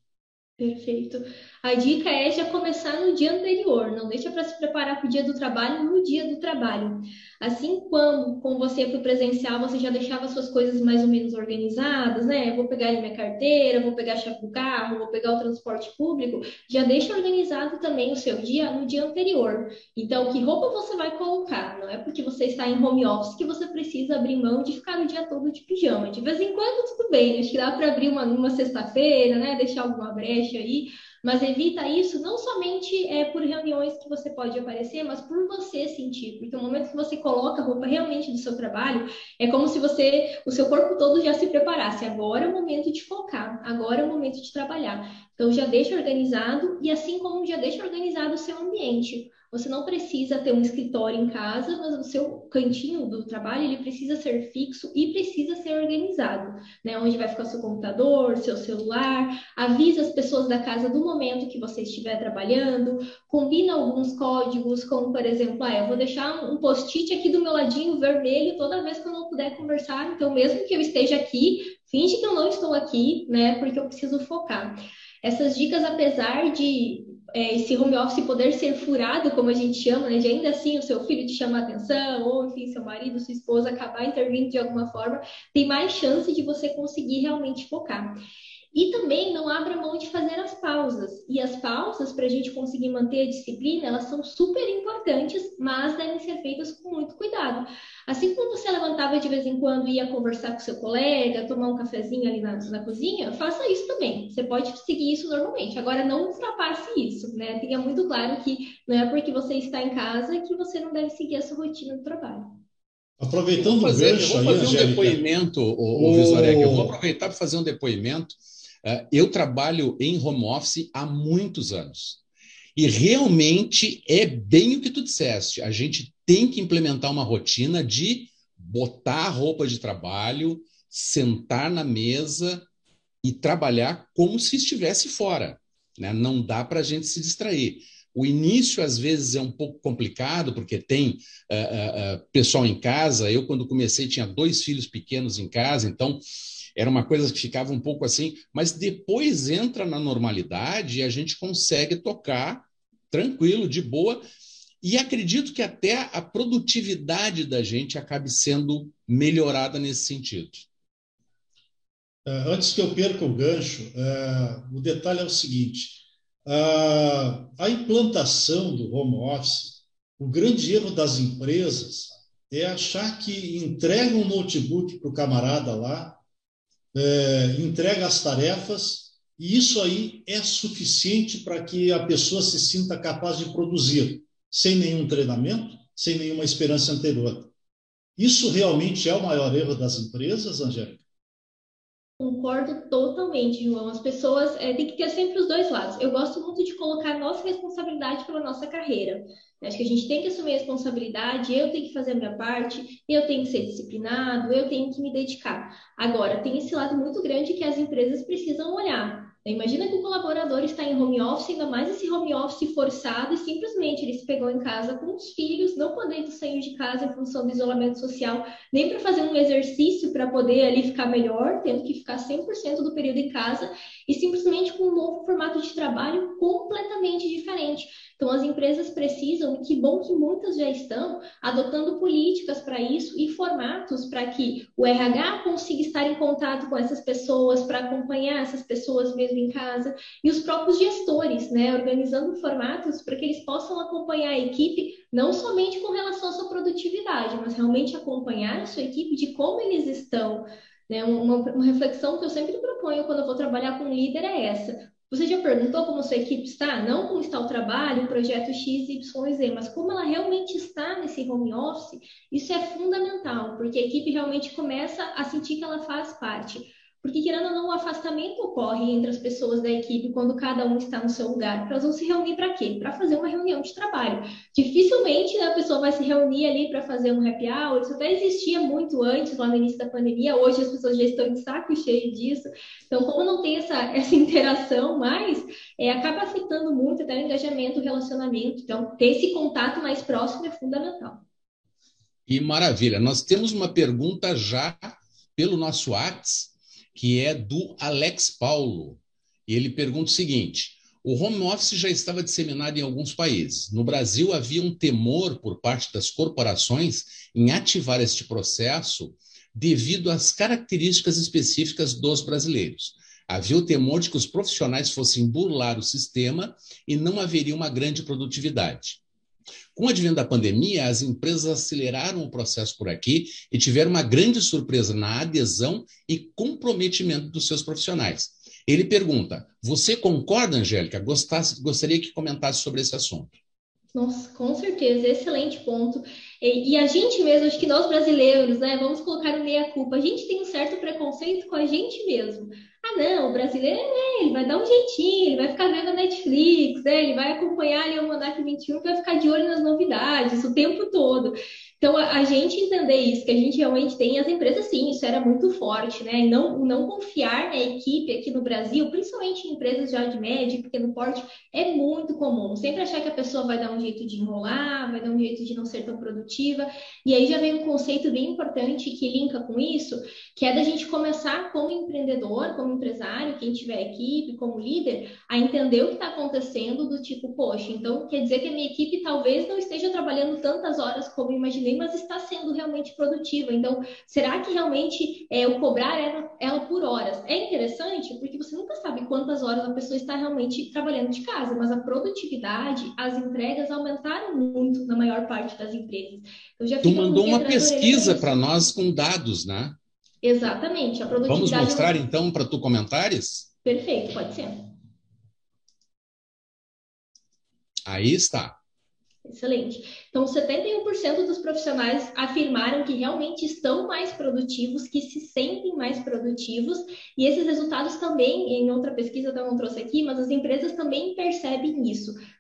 Perfeito. A dica é já começar no dia anterior, não deixa para se preparar para o dia do trabalho no dia do trabalho. Assim como com você para o presencial, você já deixava suas coisas mais ou menos organizadas, né? Vou pegar ali minha carteira, vou pegar a chave do carro, vou pegar o transporte público, já deixa organizado também o seu dia no dia anterior. Então, que roupa você vai colocar? Não é porque você está em home office que você precisa abrir mão de ficar o dia todo de pijama. De vez em quando, tudo bem, acho que dá para abrir uma sexta-feira, né? Deixar alguma brecha aí. Mas evita isso não somente por reuniões que você pode aparecer, mas por você sentir. Porque no momento que você coloca a roupa realmente do seu trabalho, é como se o seu corpo todo já se preparasse. Agora é o momento de focar, agora é o momento de trabalhar. Então já deixa organizado e assim como já deixa organizado o seu ambiente. Você não precisa ter um escritório em casa, mas o seu cantinho do trabalho ele precisa ser fixo e precisa ser organizado, né? Onde vai ficar o seu computador, seu celular, avisa as pessoas da casa do momento que você estiver trabalhando, combina alguns códigos, como por exemplo, eu vou deixar um post-it aqui do meu ladinho vermelho toda vez que eu não puder conversar, então mesmo que eu esteja aqui, finge que eu não estou aqui, né? Porque eu preciso focar. Essas dicas, apesar de esse home office poder ser furado, como a gente chama, né, de ainda assim o seu filho te chamar a atenção, ou enfim, seu marido, sua esposa acabar intervindo de alguma forma, tem mais chance de você conseguir realmente focar. E também não abra mão de fazer as pausas. E as pausas, para a gente conseguir manter a disciplina, elas são super importantes, mas devem ser feitas com muito cuidado. Assim como você levantava de vez em quando e ia conversar com seu colega, tomar um cafezinho ali na cozinha, faça isso também. Você pode seguir isso normalmente. Agora, não ultrapasse isso, né? Tenha muito claro que não é porque você está em casa que você não deve seguir essa rotina do trabalho. Aproveitando o gancho aí, eu vou fazer um depoimento, o Vizorek, eu vou aproveitar para fazer um depoimento. Eu trabalho em home office há muitos anos. E realmente é bem o que tu disseste. A gente tem que implementar uma rotina de botar a roupa de trabalho, sentar na mesa e trabalhar como se estivesse fora, né? Não dá para a gente se distrair. O início, às vezes, é um pouco complicado, porque tem pessoal em casa. Eu, quando comecei, tinha 2 filhos pequenos em casa, então era uma coisa que ficava um pouco assim, mas depois entra na normalidade e a gente consegue tocar tranquilo, de boa, e acredito que até a produtividade da gente acabe sendo melhorada nesse sentido. Antes que eu perca o gancho, o detalhe é o seguinte: a implantação do home office, o grande erro das empresas é achar que entrega um notebook para o camarada lá, entrega as tarefas, e isso aí é suficiente para que a pessoa se sinta capaz de produzir, sem nenhum treinamento, sem nenhuma experiência anterior. Isso realmente é o maior erro das empresas, Angélica? Concordo totalmente, João. As pessoas têm que ter sempre os dois lados. Eu gosto muito de colocar nossa responsabilidade pela nossa carreira. Acho que a gente tem que assumir a responsabilidade, eu tenho que fazer a minha parte, eu tenho que ser disciplinado, eu tenho que me dedicar. Agora, tem esse lado muito grande que as empresas precisam olhar. Imagina que o colaborador está em home office, ainda mais esse home office forçado, e simplesmente ele se pegou em casa com os filhos, não podendo sair de casa em função do isolamento social, nem para fazer um exercício para poder ali ficar melhor, tendo que ficar 100% do período em casa, e simplesmente com um novo formato de trabalho completamente diferente. Então, as empresas precisam, e que bom que muitas já estão, adotando políticas para isso e formatos para que o RH consiga estar em contato com essas pessoas, para acompanhar essas pessoas mesmo em casa, e os próprios gestores, né, organizando formatos para que eles possam acompanhar a equipe, não somente com relação à sua produtividade, mas realmente acompanhar a sua equipe de como eles estão. Né? Uma reflexão que eu sempre proponho quando eu vou trabalhar com um líder é essa. Você já perguntou como sua equipe está? Não como está o trabalho, o projeto X, Y, Z, mas como ela realmente está nesse home office. Isso é fundamental, porque a equipe realmente começa a sentir que ela faz parte. Porque, querendo ou não, o afastamento ocorre entre as pessoas da equipe quando cada um está no seu lugar. Elas vão se reunir para quê? Para fazer uma reunião de trabalho. Dificilmente, né, a pessoa vai se reunir ali para fazer um happy hour. Isso até existia muito antes, lá no início da pandemia. Hoje as pessoas já estão de saco cheio disso. Então, como não tem essa interação mais, acaba afetando muito até o engajamento, o relacionamento. Então, ter esse contato mais próximo é fundamental. E maravilha. Nós temos uma pergunta já pelo nosso WhatsApp, que é do Alex Paulo. E ele pergunta o seguinte: o home office já estava disseminado em alguns países. No Brasil, havia um temor por parte das corporações em ativar este processo devido às características específicas dos brasileiros. Havia o temor de que os profissionais fossem burlar o sistema e não haveria uma grande produtividade. Com o advento da pandemia, as empresas aceleraram o processo por aqui e tiveram uma grande surpresa na adesão e comprometimento dos seus profissionais. Ele pergunta: você concorda, Angélica? Gostaria que comentasse sobre esse assunto. Nossa, com certeza, excelente ponto. E a gente mesmo, acho que nós brasileiros, né, vamos colocar no meia-culpa, a gente tem um certo preconceito com a gente mesmo. Ah, não, o brasileiro, ele vai dar um jeitinho, ele vai ficar vendo a Netflix, né, ele vai acompanhar ali o Mandato 21, vai ficar de olho nas novidades o tempo todo. Então, a gente entender isso, que a gente realmente tem, as empresas, sim, isso era muito forte, né? E não confiar na equipe aqui no Brasil, principalmente em empresas já de médio e pequeno porte, é muito comum. Sempre achar que a pessoa vai dar um jeito de enrolar, vai dar um jeito de não ser tão produtiva. E aí já vem um conceito bem importante que linka com isso, que é da gente começar como empreendedor, como empresário, quem tiver equipe, como líder, a entender o que está acontecendo do tipo, poxa, então quer dizer que a minha equipe talvez não esteja trabalhando tantas horas como eu imaginei, mas está sendo realmente produtiva. Então, será que realmente o cobrar ela por horas é interessante? Porque você nunca sabe quantas horas a pessoa está realmente trabalhando de casa, mas a produtividade, as entregas aumentaram muito na maior parte das empresas. Tu mandou uma pesquisa para nós com dados, né? Exatamente. A produtividade. Vamos mostrar então para tu comentares? Perfeito, pode ser. Aí está. Excelente. Então, 71% dos profissionais afirmaram que realmente estão mais produtivos, que se sentem mais produtivos, e esses resultados também, em outra pesquisa eu não trouxe aqui, mas as empresas também percebem isso.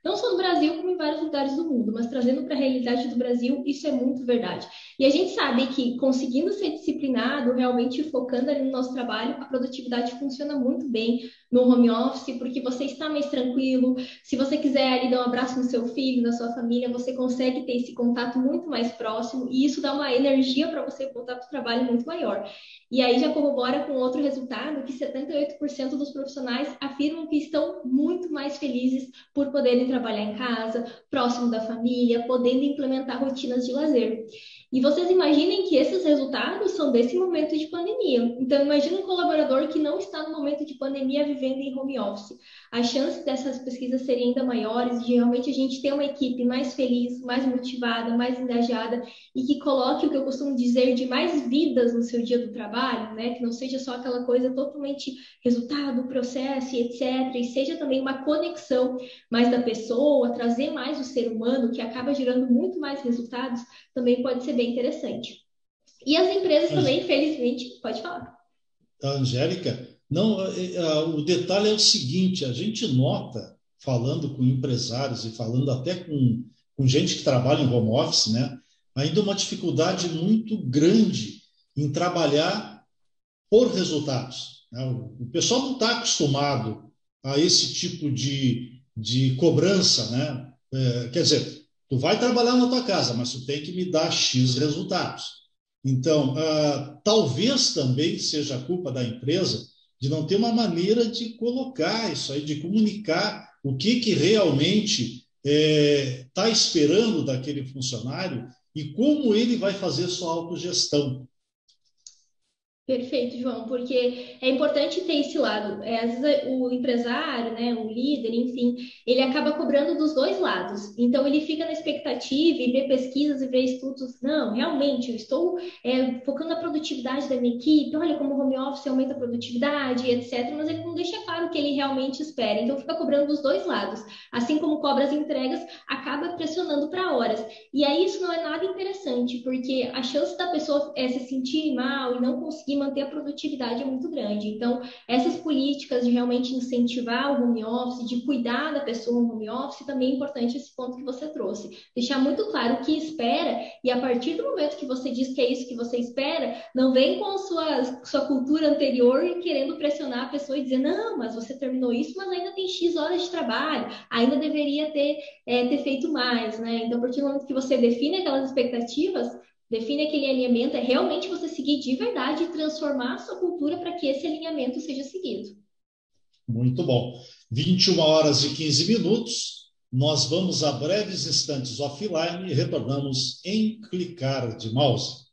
não só no Brasil, como em vários lugares do mundo, mas trazendo para a realidade do Brasil, isso é muito verdade. E a gente sabe que conseguindo ser disciplinado, realmente focando ali no nosso trabalho, a produtividade funciona muito bem no home office, porque você está mais tranquilo. Se você quiser ali dar um abraço no seu filho, na sua família, você consegue ter esse contato muito mais próximo, e isso dá uma energia para você voltar para o trabalho muito maior. E aí já corrobora com outro resultado, que 78% dos profissionais afirmam que estão muito mais felizes por poderem trabalhar em casa, próximo da família, podendo implementar rotinas de lazer. E vocês imaginem que esses resultados são desse momento de pandemia. Então, imagine um colaborador que não está no momento de pandemia vivendo em home office. A chance dessas pesquisas serem ainda maiores, de realmente a gente ter uma equipe mais feliz, mais motivada, mais engajada e que coloque o que eu costumo dizer de mais vidas no seu dia do trabalho, né? Que não seja só aquela coisa totalmente resultado, processo e etc. E seja também uma conexão mais da pessoa, trazer mais o ser humano, que acaba gerando muito mais resultados, também pode ser bem interessante. E as empresas também, infelizmente, pode falar. Angélica, não, o detalhe é o seguinte, a gente nota, falando com empresários e falando até com gente que trabalha em home office, né, ainda uma dificuldade muito grande em trabalhar por resultados, né? O pessoal não está acostumado a esse tipo de cobrança, né? Quer dizer, tu vai trabalhar na tua casa, mas tu tem que me dar X resultados. Então, talvez também seja a culpa da empresa de não ter uma maneira de colocar isso aí, de comunicar o que realmente está esperando daquele funcionário e como ele vai fazer sua autogestão. Perfeito, João, porque é importante ter esse lado. Às vezes o empresário, né, o líder, enfim, ele acaba cobrando dos dois lados. Então ele fica na expectativa e vê pesquisas e vê estudos. Não, realmente, eu estou focando na produtividade da minha equipe. Olha como o home office aumenta a produtividade, etc. Mas ele não deixa claro o que ele realmente espera. Então fica cobrando dos dois lados. Assim como cobra as entregas, acaba pressionando para horas. E aí isso não é nada interessante, porque a chance da pessoa se sentir mal e não conseguir manter a produtividade é muito grande. Então, essas políticas de realmente incentivar o home office, de cuidar da pessoa no home office, também é importante esse ponto que você trouxe. Deixar muito claro o que espera, e a partir do momento que você diz que é isso que você espera, não vem com a sua cultura anterior e querendo pressionar a pessoa e dizer, não, mas você terminou isso, mas ainda tem X horas de trabalho, ainda deveria ter feito mais, né? Então, a partir do momento que você define aquelas expectativas, define aquele alinhamento, é realmente você seguir de verdade e transformar a sua cultura para que esse alinhamento seja seguido. Muito bom. 21h15. Nós vamos a breves instantes offline e retornamos em clicar de mouse.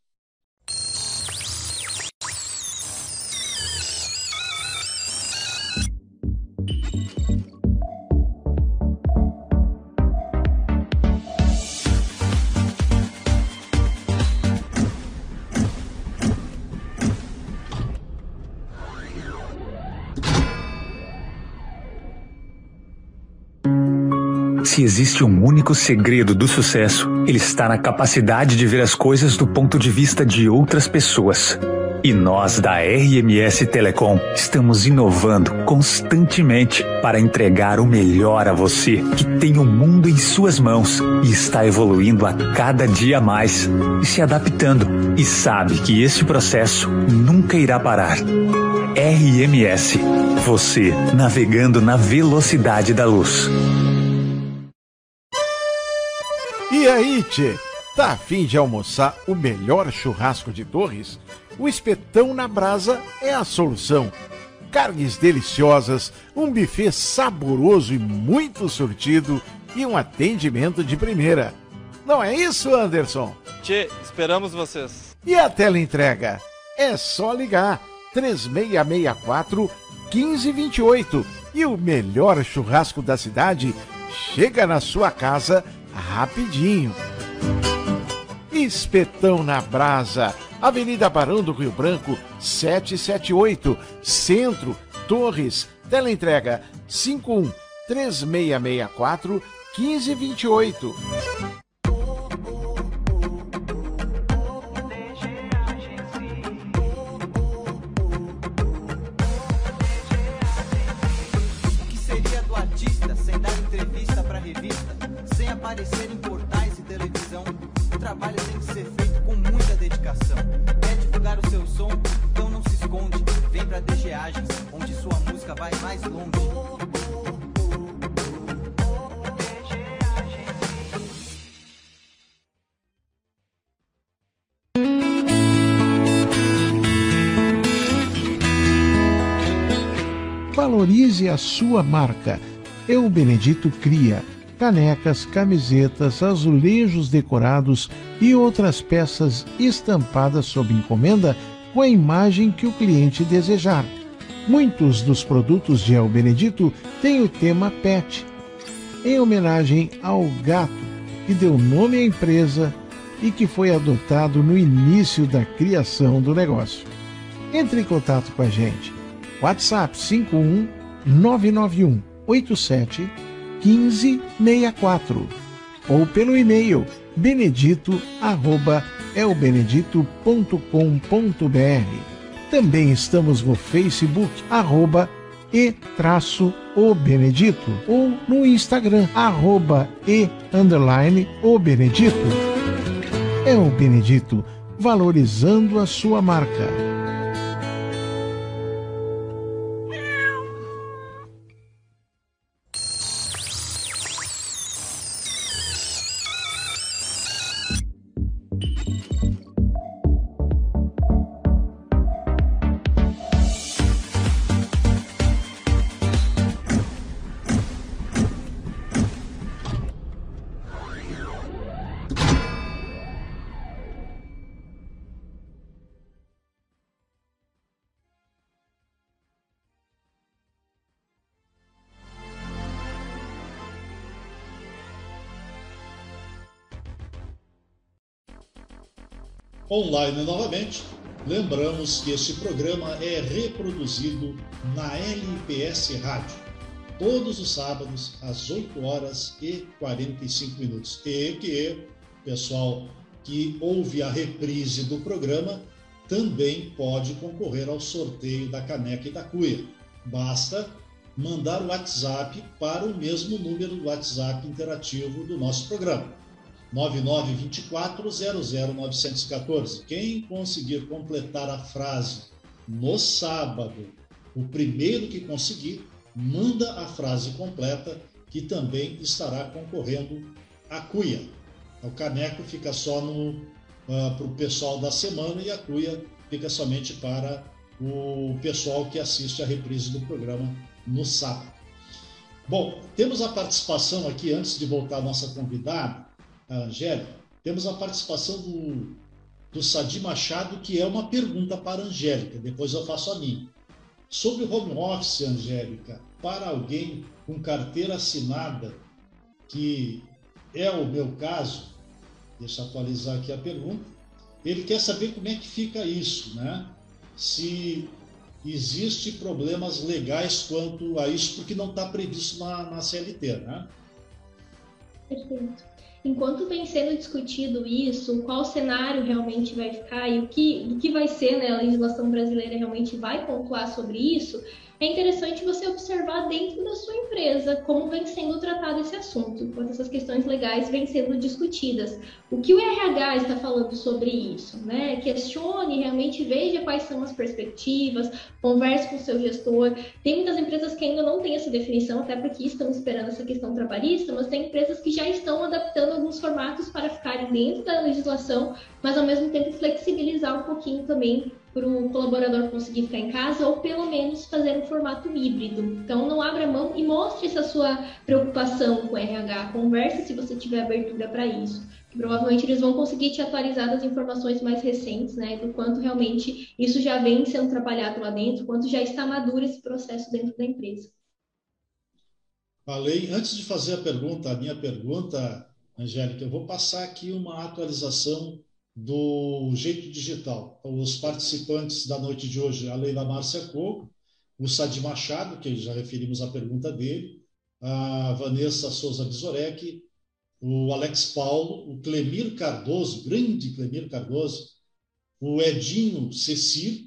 Se existe um único segredo do sucesso, ele está na capacidade de ver as coisas do ponto de vista de outras pessoas. E nós, da RMS Telecom, estamos inovando constantemente para entregar o melhor a você, que tem o mundo em suas mãos e está evoluindo a cada dia mais, e se adaptando, e sabe que esse processo nunca irá parar. RMS, você navegando na velocidade da luz. E aí, tchê, tá a fim de almoçar o melhor churrasco de Torres? O Espetão na Brasa é a solução. Carnes deliciosas, um buffet saboroso e muito surtido e um atendimento de primeira. Não é isso, Anderson? Tchê, esperamos vocês. E a teleentrega? É só ligar 3664-1528 e o melhor churrasco da cidade chega na sua casa rapidinho. Espetão na Brasa, Avenida Barão do Rio Branco, 778, Centro, Torres. Teleentrega 51-3664-1528. O que seria do artista sem dar entrevista pra revista? aparecer em portais e televisão. O trabalho tem que ser feito com muita dedicação. Quer divulgar o seu som? Então não se esconde. Vem pra DGAgens, onde sua música vai mais longe. Valorize a sua marca. Eu Benedito cria canecas, camisetas, azulejos decorados e outras peças estampadas sob encomenda com a imagem que o cliente desejar. Muitos dos produtos de El Benedito têm o tema pet, em homenagem ao gato que deu nome à empresa e que foi adotado no início da criação do negócio. Entre em contato com a gente. WhatsApp 51 991 87 1564 ou pelo e-mail benedito@elbenedito.com.br. Também estamos no Facebook @e_obenedito ou no Instagram @e_obenedito. El Benedito, valorizando a sua marca. Online novamente, lembramos que este programa é reproduzido na LPS Rádio, todos os sábados, às 8h45. E que o pessoal que ouve a reprise do programa também pode concorrer ao sorteio da caneca e da cuia. Basta mandar o WhatsApp para o mesmo número do WhatsApp interativo do nosso programa. 9924-00-914. Quem conseguir completar a frase no sábado, o primeiro que conseguir, manda a frase completa, que também estará concorrendo à cuia. O caneco fica só para o pessoal da semana e a cuia fica somente para o pessoal que assiste a reprise do programa no sábado. Bom, temos a participação aqui, antes de voltar a nossa convidada, a Angélica, temos a participação do Sadi Machado, que é uma pergunta para a Angélica, depois eu faço a minha. Sobre o home office, Angélica, para alguém com carteira assinada, que é o meu caso, deixa eu atualizar aqui a pergunta, ele quer saber como é que fica isso, né? Se existe problemas legais quanto a isso, porque não está previsto na CLT, né? Perfeito. Enquanto vem sendo discutido isso, qual cenário realmente vai ficar e do que vai ser, né, a legislação brasileira realmente vai pontuar sobre isso, é interessante você observar dentro da sua empresa como vem sendo tratado esse assunto, enquanto essas questões legais vêm sendo discutidas. O que o RH está falando sobre isso, né? Questione, realmente veja quais são as perspectivas, converse com o seu gestor. Tem muitas empresas que ainda não têm essa definição, até porque estão esperando essa questão trabalhista, mas tem empresas que já estão adaptando alguns formatos para ficarem dentro da legislação, mas ao mesmo tempo flexibilizar um pouquinho também para o colaborador conseguir ficar em casa ou pelo menos fazer um formato híbrido. Então não abra mão e mostre essa sua preocupação com o RH, converse se você tiver abertura para isso. Que provavelmente eles vão conseguir te atualizar das informações mais recentes, né, do quanto realmente isso já vem sendo trabalhado lá dentro, quanto já está maduro esse processo dentro da empresa. Falei, antes de fazer a minha pergunta, Angélica, eu vou passar aqui uma atualização do Jeito Digital. Os participantes da noite de hoje, a Leila Márcia Coco, o Sadi Machado, que já referimos a pergunta dele, a Vanessa Souza Bisorek, o Alex Paulo, o Clemir Cardoso, grande Clemir Cardoso, o Edinho Cecil,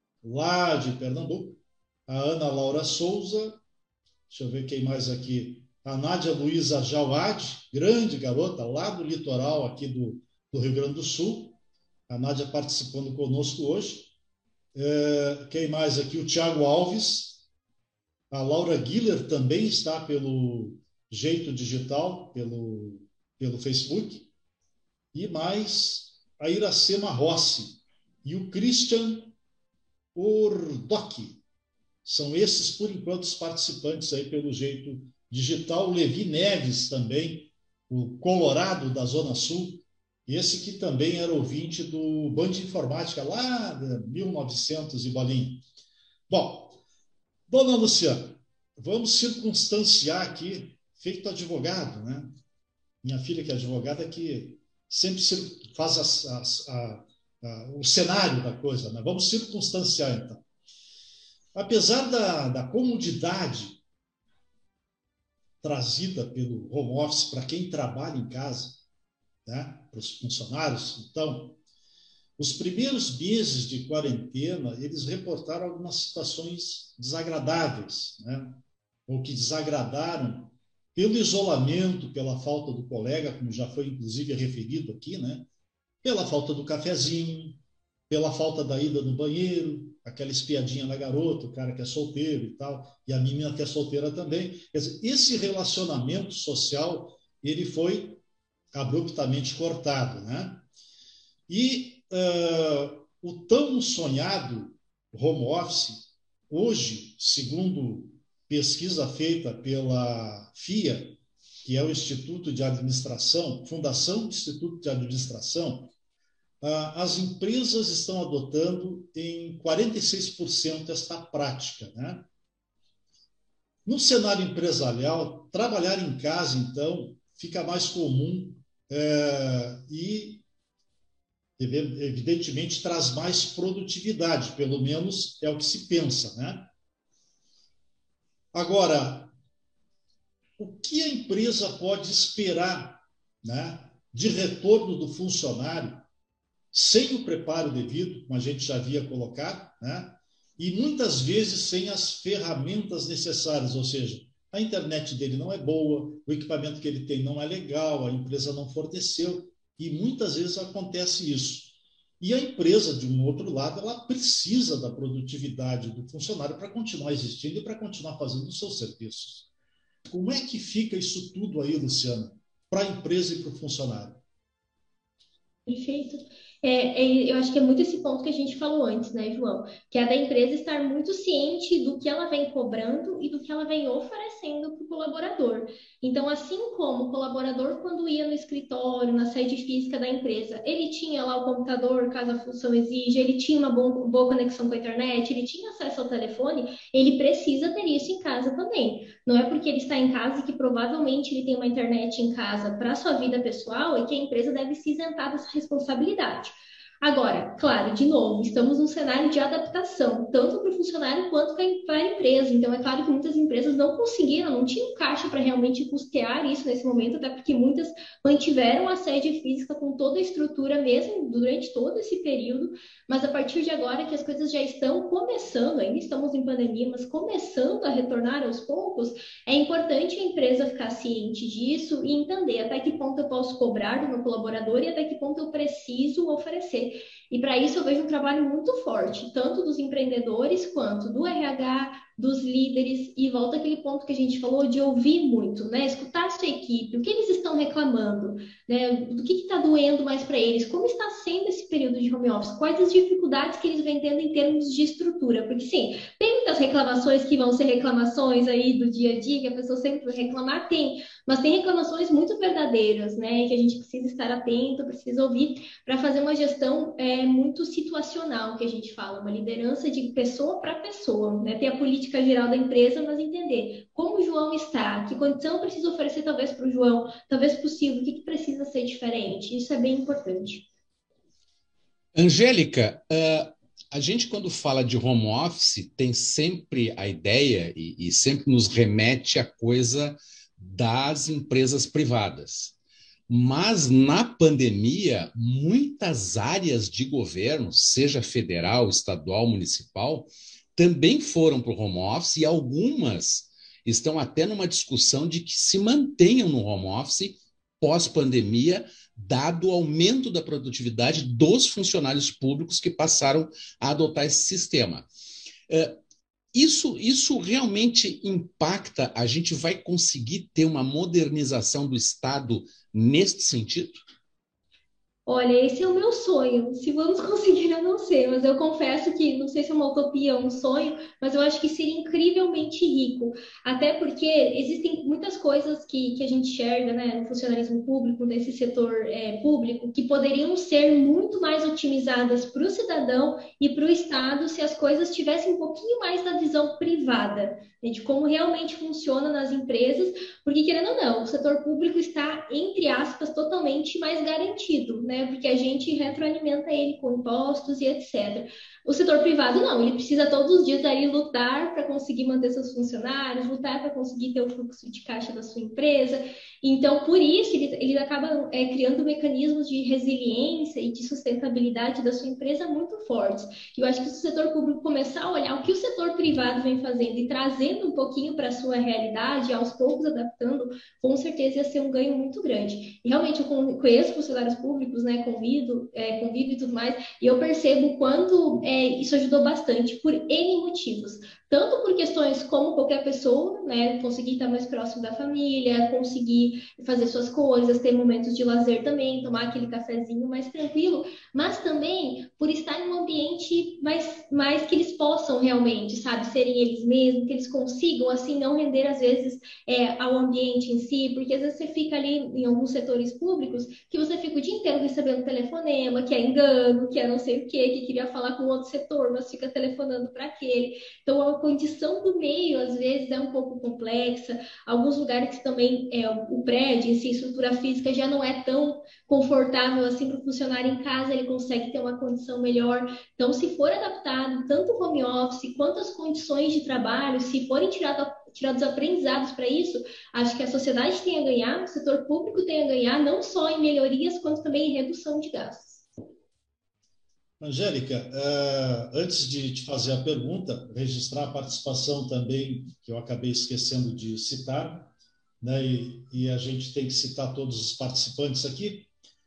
lá de Pernambuco, a Ana Laura Souza, deixa eu ver quem mais aqui, a Nádia Luiza Jawad, grande garota, lá do litoral aqui do Rio Grande do Sul. A Nádia participando conosco hoje. Quem mais aqui? O Tiago Alves. A Laura Guiller também está pelo Jeito Digital, pelo Facebook. E mais a Iracema Rossi e o Christian Ordoc. São esses, por enquanto, os participantes aí pelo Jeito Digital. O Levi Neves também, o Colorado da Zona Sul, esse que também era ouvinte do Band Informática lá de 1900 e bolinha. Bom, dona Luciana, vamos circunstanciar aqui, feito advogado, né? Minha filha que é advogada que sempre faz o cenário da coisa, né? Vamos circunstanciar então. Apesar da comodidade trazida pelo home office para quem trabalha em casa, né, para os funcionários, então, os primeiros meses de quarentena, eles reportaram algumas situações desagradáveis, né, ou que desagradaram pelo isolamento, pela falta do colega, como já foi inclusive referido aqui, né, pela falta do cafezinho, pela falta da ida no banheiro, aquela espiadinha na garota, o cara que é solteiro e tal, e a menina que é solteira também. Quer dizer, esse relacionamento social, ele foi abruptamente cortado, né? E o tão sonhado home office, hoje, segundo pesquisa feita pela FIA, que é o Instituto de Administração, Fundação do Instituto de Administração, as empresas estão adotando em 46% esta prática, né? No cenário empresarial, trabalhar em casa, então, fica mais comum e, evidentemente, traz mais produtividade, pelo menos é o que se pensa, né? Agora, o que a empresa pode esperar, né, de retorno do funcionário sem o preparo devido, como a gente já havia colocado, né? E muitas vezes sem as ferramentas necessárias, ou seja, a internet dele não é boa, o equipamento que ele tem não é legal, a empresa não forneceu, e muitas vezes acontece isso. E a empresa, de um outro lado, ela precisa da produtividade do funcionário para continuar existindo e para continuar fazendo os seus serviços. Como é que fica isso tudo aí, Luciana, para a empresa e para o funcionário? Perfeito. Eu acho que é muito esse ponto que a gente falou antes, né, João? Que é da empresa estar muito ciente do que ela vem cobrando e do que ela vem oferecendo para o colaborador. Então, assim como o colaborador, quando ia no escritório, na sede física da empresa, ele tinha lá o computador, caso a função exija, ele tinha uma boa conexão com a internet, ele tinha acesso ao telefone, ele precisa ter isso em casa também. Não é porque ele está em casa que provavelmente ele tem uma internet em casa para a sua vida pessoal e que a empresa deve se isentar dessa responsabilidade. Agora, claro, de novo, estamos num cenário de adaptação, tanto para o funcionário quanto para a empresa. Então, é claro que muitas empresas não conseguiram, não tinham caixa para realmente custear isso nesse momento, até porque muitas mantiveram a sede física com toda a estrutura mesmo durante todo esse período. Mas a partir de agora que as coisas já estão começando, ainda estamos em pandemia, mas começando a retornar aos poucos, é importante a empresa ficar ciente disso e entender até que ponto eu posso cobrar do meu colaborador e até que ponto eu preciso oferecer. E para isso eu vejo um trabalho muito forte, tanto dos empreendedores quanto do RH, dos líderes, e volta aquele ponto que a gente falou de ouvir muito, né? Escutar a sua equipe, o que eles estão reclamando, né? Do que está doendo mais para eles, como está sendo esse período de home office, quais as dificuldades que eles vêm tendo em termos de estrutura, porque sim, tem muitas reclamações que vão ser reclamações aí do dia a dia, que a pessoa sempre vai reclamar, mas tem reclamações muito verdadeiras, né? Que a gente precisa estar atento, precisa ouvir, para fazer uma gestão muito situacional, que a gente fala, uma liderança de pessoa para pessoa, né? Ter a política geral da empresa, mas entender como o João está, que condição eu preciso oferecer talvez para o João, talvez possível, o que precisa ser diferente. Isso é bem importante. Angélica, a gente quando fala de home office tem sempre a ideia e sempre nos remete à coisa das empresas privadas. Mas na pandemia, muitas áreas de governo, seja federal, estadual, municipal, também foram para o home office e algumas estão até numa discussão de que se mantenham no home office pós-pandemia, dado o aumento da produtividade dos funcionários públicos que passaram a adotar esse sistema. Isso realmente impacta? A gente vai conseguir ter uma modernização do Estado neste sentido? Olha, esse é o meu sonho. Se vamos conseguir, eu não sei, mas eu confesso que não sei se é uma utopia ou um sonho, mas eu acho que seria incrivelmente rico. Até porque existem muitas coisas que a gente enxerga, né, no funcionalismo público, nesse setor público, que poderiam ser muito mais otimizadas para o cidadão e para o Estado se as coisas tivessem um pouquinho mais da visão privada, né, de como realmente funciona nas empresas, porque, querendo ou não, o setor público está, entre aspas, totalmente mais garantido, né? Porque a gente retroalimenta ele com impostos e etc. O setor privado não, ele precisa todos os dias ali lutar para conseguir manter seus funcionários, lutar para conseguir ter o fluxo de caixa da sua empresa. Então, por isso, eles acabam criando mecanismos de resiliência e de sustentabilidade da sua empresa muito fortes. E eu acho que se o setor público começar a olhar o que o setor privado vem fazendo e trazendo um pouquinho para a sua realidade, aos poucos adaptando, com certeza ia ser um ganho muito grande. E realmente eu conheço funcionários públicos, né, convivo e tudo mais, e eu percebo o quanto isso ajudou bastante por N motivos. Tanto por questões como qualquer pessoa, né, conseguir estar mais próximo da família, conseguir fazer suas coisas, ter momentos de lazer também, tomar aquele cafezinho mais tranquilo, mas também por estar em um ambiente mais que eles possam realmente, sabe, serem eles mesmos, que eles consigam, assim, não render, às vezes, ao ambiente em si, porque às vezes você fica ali em alguns setores públicos que você fica o dia inteiro recebendo telefonema, que é engano, que é não sei o quê, que queria falar com outro setor, mas fica telefonando para aquele. Então, a condição do meio, às vezes, é um pouco complexa. Alguns lugares que também o prédio em si, a estrutura física já não é tão confortável assim para o funcionário em casa, ele consegue ter uma condição melhor. Então, se for adaptado tanto o home office quanto as condições de trabalho, se forem tirados aprendizados para isso, acho que a sociedade tem a ganhar, o setor público tem a ganhar, não só em melhorias, quanto também em redução de gastos. Angélica, antes de te fazer a pergunta, registrar a participação também, que eu acabei esquecendo de citar, né, e a gente tem que citar todos os participantes aqui.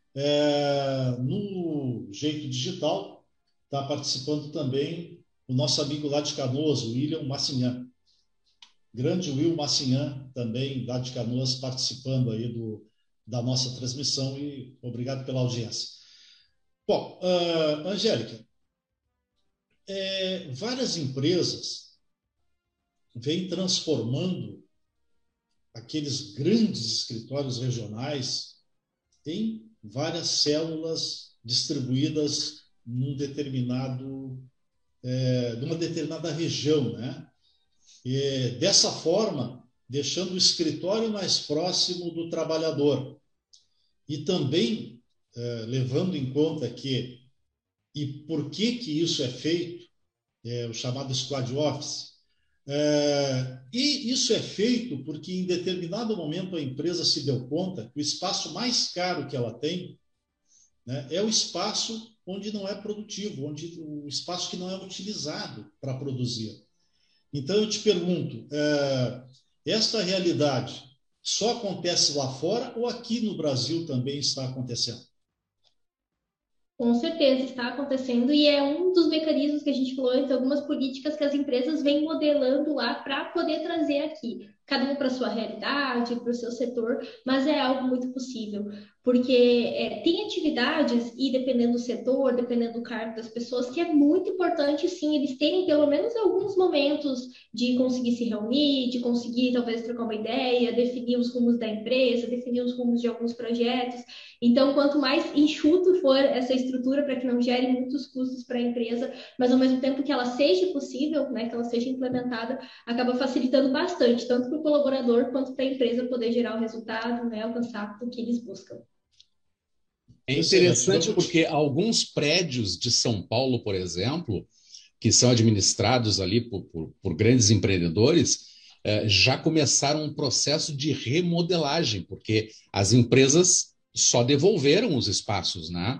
No Jeito Digital, está participando também o nosso amigo lá de Canoas, o William Massinhan. Grande Will Massinhan, também lá de Canoas, participando aí da nossa transmissão, e obrigado pela audiência. Bom, Angélica, várias empresas vêm transformando aqueles grandes escritórios regionais em várias células distribuídas numa determinada região, né? Dessa forma, deixando o escritório mais próximo do trabalhador. E também levando em conta e por que isso é feito, o chamado squad office, e isso é feito porque em determinado momento a empresa se deu conta que o espaço mais caro que ela tem, né, é o espaço onde não é produtivo, o espaço que não é utilizado para produzir. Então eu te pergunto, esta realidade só acontece lá fora ou aqui no Brasil também está acontecendo? Com certeza está acontecendo, e é um dos mecanismos que a gente falou antes, algumas políticas que as empresas vêm modelando lá para poder trazer aqui, cada um para a sua realidade, para o seu setor, mas é algo muito possível, porque tem atividades, e dependendo do setor, dependendo do cargo das pessoas, que é muito importante, sim, eles terem pelo menos alguns momentos de conseguir se reunir, de conseguir talvez trocar uma ideia, definir os rumos da empresa, definir os rumos de alguns projetos. Então, quanto mais enxuto for essa estrutura para que não gere muitos custos para a empresa, mas ao mesmo tempo que ela seja possível, né, que ela seja implementada, acaba facilitando bastante, tanto para o colaborador quanto para a empresa poder gerar o resultado, né, alcançar o que eles buscam. É interessante porque alguns prédios de São Paulo, por exemplo, que são administrados ali por grandes empreendedores, já começaram um processo de remodelagem, porque as empresas só devolveram os espaços, né?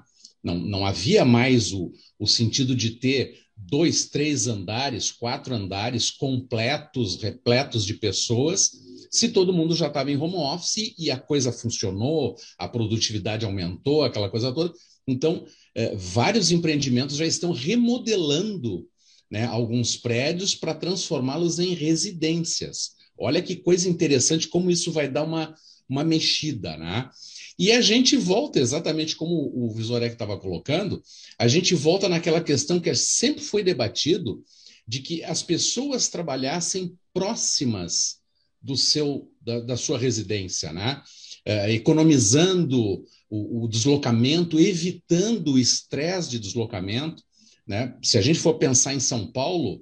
Não havia mais o sentido de ter 2, 3 andares, 4 andares completos, repletos de pessoas, se todo mundo já estava em home office e a coisa funcionou, a produtividade aumentou, aquela coisa toda. Então, vários empreendimentos já estão remodelando, né, alguns prédios para transformá-los em residências. Olha que coisa interessante, como isso vai dar uma mexida, né? E a gente volta, exatamente como o Visorek estava colocando, a gente volta naquela questão que sempre foi debatido, de que as pessoas trabalhassem próximas da sua residência, né? Economizando o deslocamento, evitando o estresse de deslocamento, né? Se a gente for pensar em São Paulo,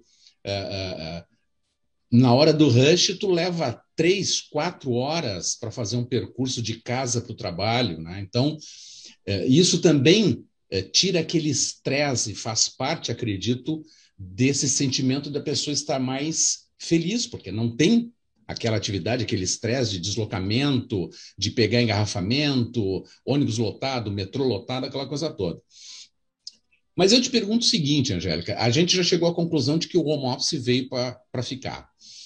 na hora do rush, tu leva 3, 4 horas para fazer um percurso de casa para o trabalho, né? Então, isso também tira aquele estresse e faz parte, acredito, desse sentimento da pessoa estar mais feliz, porque não tem aquela atividade, aquele estresse de deslocamento, de pegar engarrafamento, ônibus lotado, metrô lotado, aquela coisa toda. Mas eu te pergunto o seguinte, Angélica, a gente já chegou à conclusão de que o home office veio para ficar.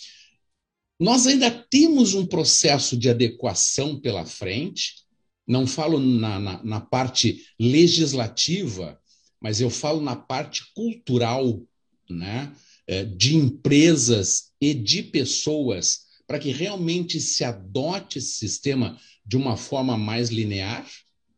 Nós ainda temos um processo de adequação pela frente, não falo na parte legislativa, mas eu falo na parte cultural, né, de empresas e de pessoas, para que realmente se adote esse sistema de uma forma mais linear?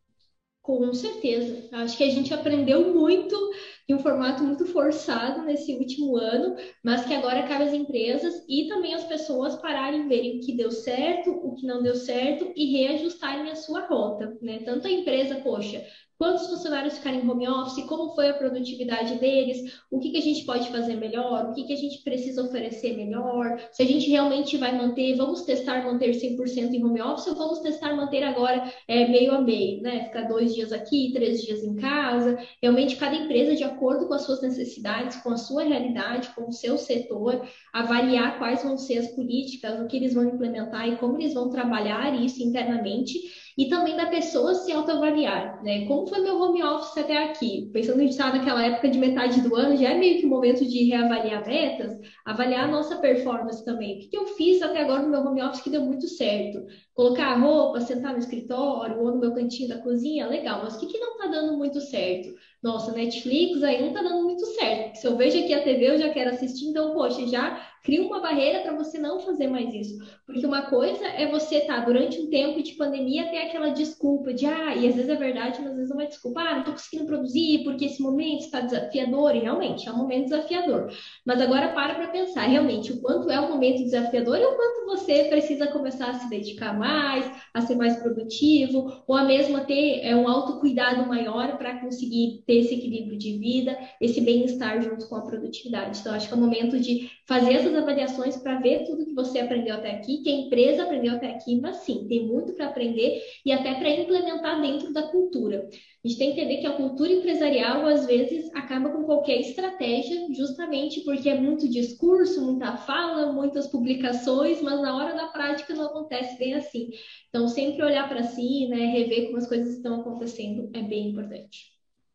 Com certeza. Acho que a gente aprendeu muito em um formato muito forçado nesse último ano, mas que agora cabe às empresas e também às pessoas pararem, verem o que deu certo, o que não deu certo e reajustarem a sua rota, né? Tanto a empresa, poxa, quantos funcionários ficaram em home office, como foi a produtividade deles, o que a gente pode fazer melhor, o que a gente precisa oferecer melhor, se a gente realmente vai manter, vamos testar manter 100% em home office ou vamos testar manter agora meio a meio, né? Ficar 2 dias aqui, 3 dias em casa. Realmente cada empresa, de acordo com as suas necessidades, com a sua realidade, com o seu setor, avaliar quais vão ser as políticas, o que eles vão implementar e como eles vão trabalhar isso internamente. E também da pessoa se autoavaliar, né? Como foi meu home office até aqui? Pensando que a gente estava naquela época de metade do ano, já é meio que o momento de reavaliar metas, avaliar a nossa performance também. O que eu fiz até agora no meu home office que deu muito certo? Colocar a roupa, sentar no escritório ou no meu cantinho da cozinha, legal. Mas o que não está dando muito certo? Nossa, Netflix aí não está dando muito certo. Se eu vejo aqui a TV, eu já quero assistir, então, poxa, já cria uma barreira para você não fazer mais isso. Porque uma coisa é você estar durante um tempo de pandemia ter aquela desculpa de, e às vezes é verdade, mas às vezes não é desculpa, não estou conseguindo produzir porque esse momento está desafiador, e realmente é um momento desafiador. Mas agora para pensar realmente o quanto é um momento desafiador e o quanto você precisa começar a se dedicar mais, a ser mais produtivo, ou a mesmo ter um autocuidado maior para conseguir ter esse equilíbrio de vida, esse bem-estar junto com a produtividade. Então, acho que é o momento de fazer essas avaliações para ver tudo que você aprendeu até aqui, que a empresa aprendeu até aqui, mas sim, tem muito para aprender e até para implementar dentro da cultura. A gente tem que entender que a cultura empresarial, às vezes, acaba com qualquer estratégia, justamente porque é muito discurso, muita fala, muitas publicações, mas na hora da prática não acontece bem assim. Então, sempre olhar para si, né, rever como as coisas estão acontecendo é bem importante.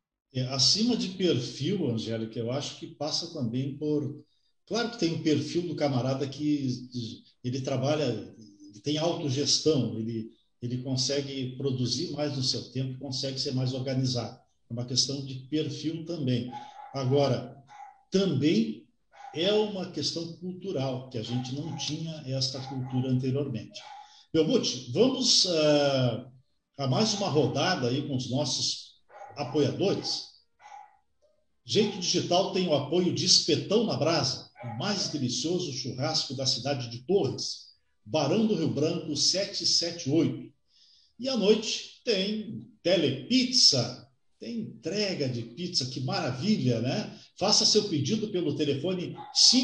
Acima de perfil, Angélica, eu acho que passa também por... Claro que tem um perfil do camarada que ele trabalha, ele tem autogestão, ele consegue produzir mais no seu tempo, consegue ser mais organizado. É uma questão de perfil também. Agora, também é uma questão cultural, que a gente não tinha esta cultura anteriormente. Belmuth, vamos a mais uma rodada aí com os nossos apoiadores. Jeito Digital tem o apoio de Espetão na Brasa, o mais delicioso churrasco da cidade de Torres, Barão do Rio Branco 778. E à noite tem Telepizza, tem entrega de pizza, que maravilha, né? Faça seu pedido pelo telefone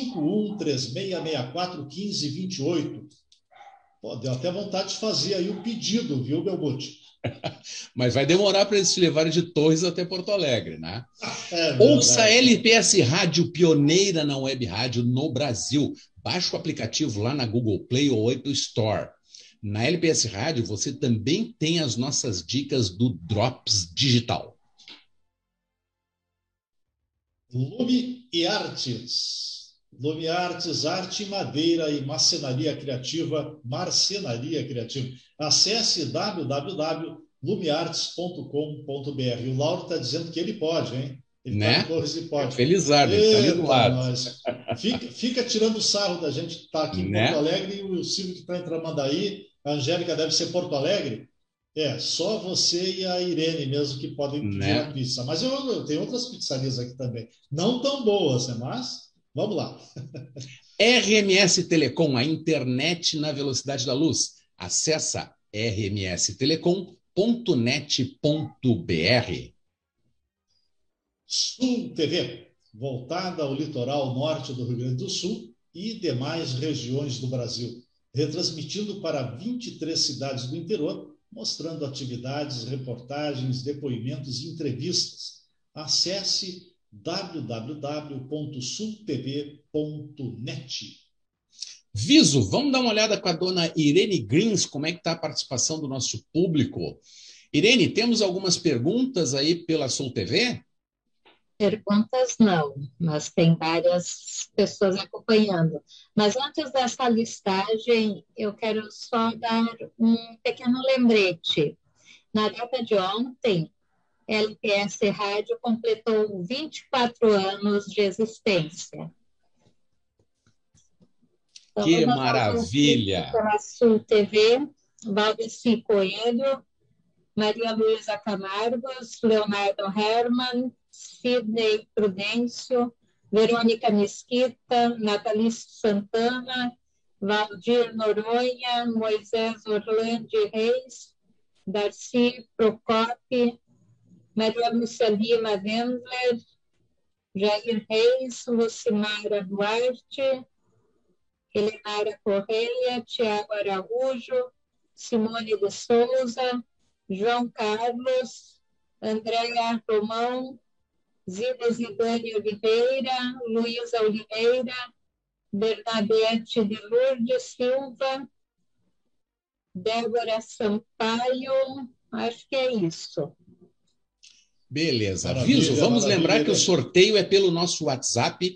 5136641528. Pô, deu até vontade de fazer aí o pedido, viu, Belmuth? Mas vai demorar para eles te levarem de Torres até Porto Alegre, né? Ouça a LPS Rádio, pioneira na web rádio no Brasil. Baixe o aplicativo lá na Google Play ou Apple Store. Na LPS Rádio você também tem as nossas dicas do Drops Digital. Lume e Artes. Lume Artes, arte, madeira e marcenaria criativa. Acesse www.lumeartes.com.br. O Lauro está dizendo que ele pode, hein? Ele né? Tá no Torres e pode. Felizardo, ele está ali do lado. Fica tirando sarro da gente que está aqui em Porto Alegre e o Silvio que está em Tramandaí. A Angélica deve ser Porto Alegre. Só você e a Irene mesmo que podem pedir a pizza. Mas eu tenho outras pizzarias aqui também. Não tão boas, né? Mas vamos lá. RMS Telecom, a internet na velocidade da luz. Acessa rmstelecom.net.br. Sul TV, voltada ao litoral norte do Rio Grande do Sul e demais regiões do Brasil, retransmitindo para 23 cidades do interior, mostrando atividades, reportagens, depoimentos e entrevistas. Acesse www.sultv.net. Viso, vamos dar uma olhada com a dona Irene Grins, como é que está a participação do nosso público. Irene, temos algumas perguntas aí pela Sul TV? Perguntas não, mas tem várias pessoas acompanhando. Mas antes dessa listagem, eu quero só dar um pequeno lembrete. Na data de ontem, a LPS Rádio completou 24 anos de existência. Então, que maravilha! Pela Sul TV, Valdeci Coelho, Maria Luísa Camargos, Leonardo Herman, Sidney Prudêncio, Verônica Mesquita, Natalice Santana, Valdir Noronha, Moisés Orlando Reis, Darcy Procopio, Maria Lúcia Lima Wendler, Jair Reis, Lucimara Duarte, Helenara Correia, Tiago Araújo, Simone de Souza, João Carlos, Andréa Romão, Zida Zidane Oliveira, Luísa Oliveira, Bernadette de Lourdes Silva, Débora Sampaio, acho que é isso. Beleza. Viso, vamos lembrar que o sorteio é pelo nosso WhatsApp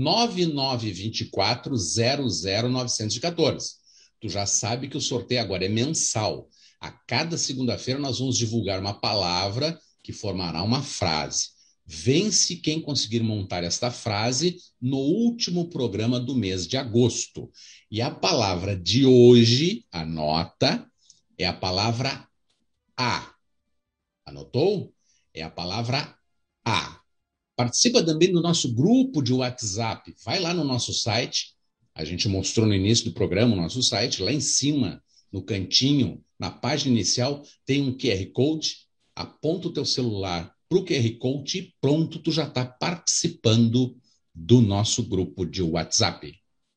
9924000914. Tu já sabe que o sorteio agora é mensal. A cada segunda-feira nós vamos divulgar uma palavra que formará uma frase. Vence quem conseguir montar esta frase no último programa do mês de agosto. E a palavra de hoje, anota, é a palavra A. Anotou? É a palavra A. Participa também do nosso grupo de WhatsApp. Vai lá no nosso site. A gente mostrou no início do programa o nosso site. Lá em cima, no cantinho, na página inicial, tem um QR Code. Aponta o teu celular para o QR Code e pronto, tu já está participando do nosso grupo de WhatsApp.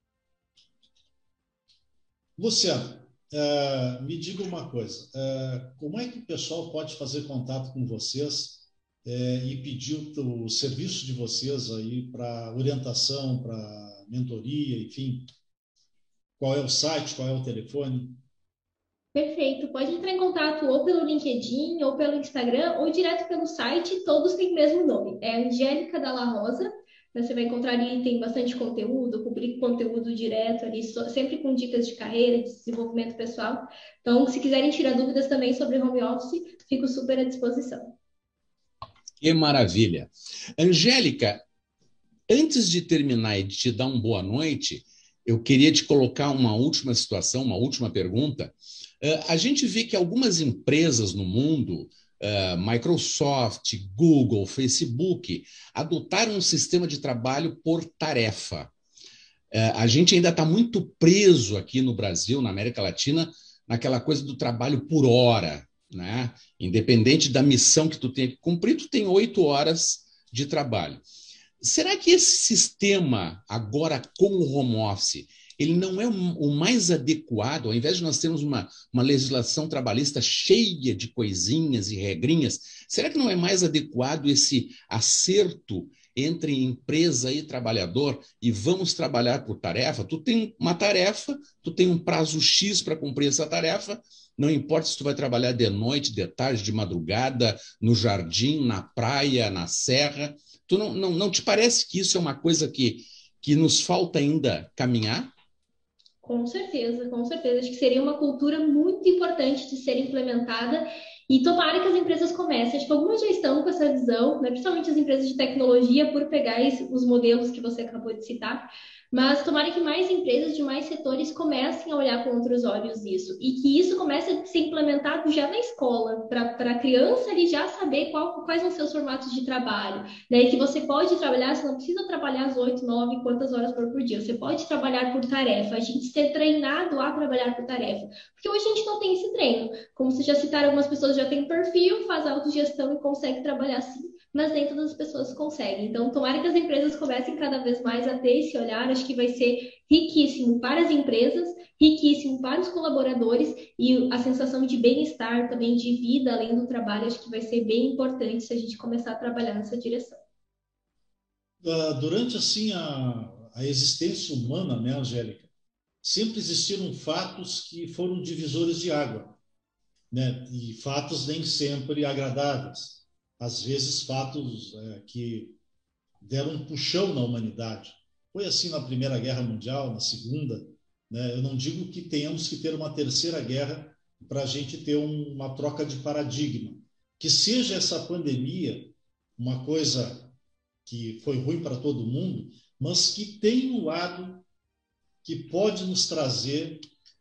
Luciano, me diga uma coisa. Como é que o pessoal pode fazer contato com vocês e pedir o serviço de vocês aí para orientação, para mentoria, enfim? Qual é o site, qual é o telefone? Perfeito. Pode entrar em contato ou pelo LinkedIn, ou pelo Instagram, ou direto pelo site. Todos têm o mesmo nome. É Angélica Dalla Rosa. Você vai encontrar ali, tem bastante conteúdo, publico conteúdo direto ali, sempre com dicas de carreira, de desenvolvimento pessoal. Então, se quiserem tirar dúvidas também sobre home office, fico super à disposição. Que maravilha. Angélica, antes de terminar e de te dar uma boa noite, eu queria te colocar uma última situação, uma última pergunta. A gente vê que algumas empresas no mundo, Microsoft, Google, Facebook, adotaram um sistema de trabalho por tarefa. A gente ainda está muito preso aqui no Brasil, na América Latina, naquela coisa do trabalho por hora, né? Independente da missão que tu tem que cumprir, tu tem 8 horas de trabalho. Será que esse sistema, agora com o home office, ele não é o mais adequado, ao invés de nós termos uma legislação trabalhista cheia de coisinhas e regrinhas, será que não é mais adequado esse acerto entre empresa e trabalhador e vamos trabalhar por tarefa? Tu tem uma tarefa, tu tem um prazo X para cumprir essa tarefa, não importa se tu vai trabalhar de noite, de tarde, de madrugada, no jardim, na praia, na serra. Tu não te parece que isso é uma coisa que nos falta ainda caminhar? Com certeza, com certeza. Acho que seria uma cultura muito importante de ser implementada e tomara que as empresas comecem. Acho que algumas já estão com essa visão, né? Principalmente as empresas de tecnologia, por pegar os modelos que você acabou de citar. Mas tomara que mais empresas de mais setores comecem a olhar com outros olhos isso. E que isso comece a ser implementado já na escola, para a criança ali já saber quais vão ser os formatos de trabalho. Né? E que você pode trabalhar, você não precisa trabalhar às 8, 9, quantas horas por dia. Você pode trabalhar por tarefa, a gente ser treinado a trabalhar por tarefa. Porque hoje a gente não tem esse treino. Como vocês já citaram, algumas pessoas já têm perfil, faz autogestão e consegue trabalhar assim. Mas nem todas as pessoas conseguem. Então, tomara que as empresas comecem cada vez mais a ter esse olhar. Acho que vai ser riquíssimo para as empresas, riquíssimo para os colaboradores e a sensação de bem-estar também, de vida além do trabalho, acho que vai ser bem importante se a gente começar a trabalhar nessa direção. Durante, assim, a existência humana, né, Angélica, sempre existiram fatos que foram divisores de água, né? E fatos nem sempre agradáveis. Às vezes, fatos que deram um puxão na humanidade. Foi assim na Primeira Guerra Mundial, na Segunda. Né? Eu não digo que tenhamos que ter uma terceira guerra para a gente ter uma troca de paradigma. Que seja essa pandemia uma coisa que foi ruim para todo mundo, mas que tem um lado que pode nos trazer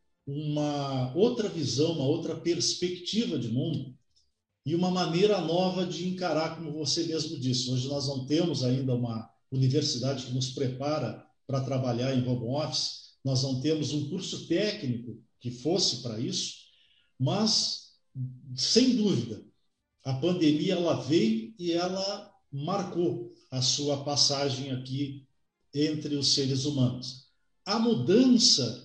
uma outra visão, uma outra perspectiva de mundo, e uma maneira nova de encarar, como você mesmo disse. Hoje nós não temos ainda uma universidade que nos prepara para trabalhar em home office, nós não temos um curso técnico que fosse para isso, mas, sem dúvida, a pandemia ela veio e ela marcou a sua passagem aqui entre os seres humanos. A mudança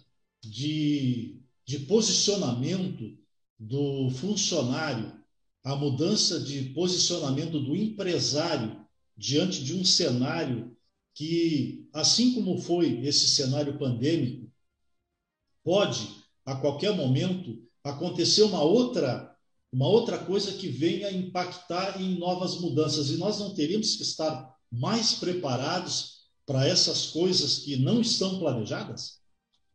de posicionamento do funcionário, a mudança de posicionamento do empresário diante de um cenário que, assim como foi esse cenário pandêmico, pode, a qualquer momento, acontecer uma outra coisa que venha impactar em novas mudanças. E nós não teríamos que estar mais preparados para essas coisas que não estão planejadas?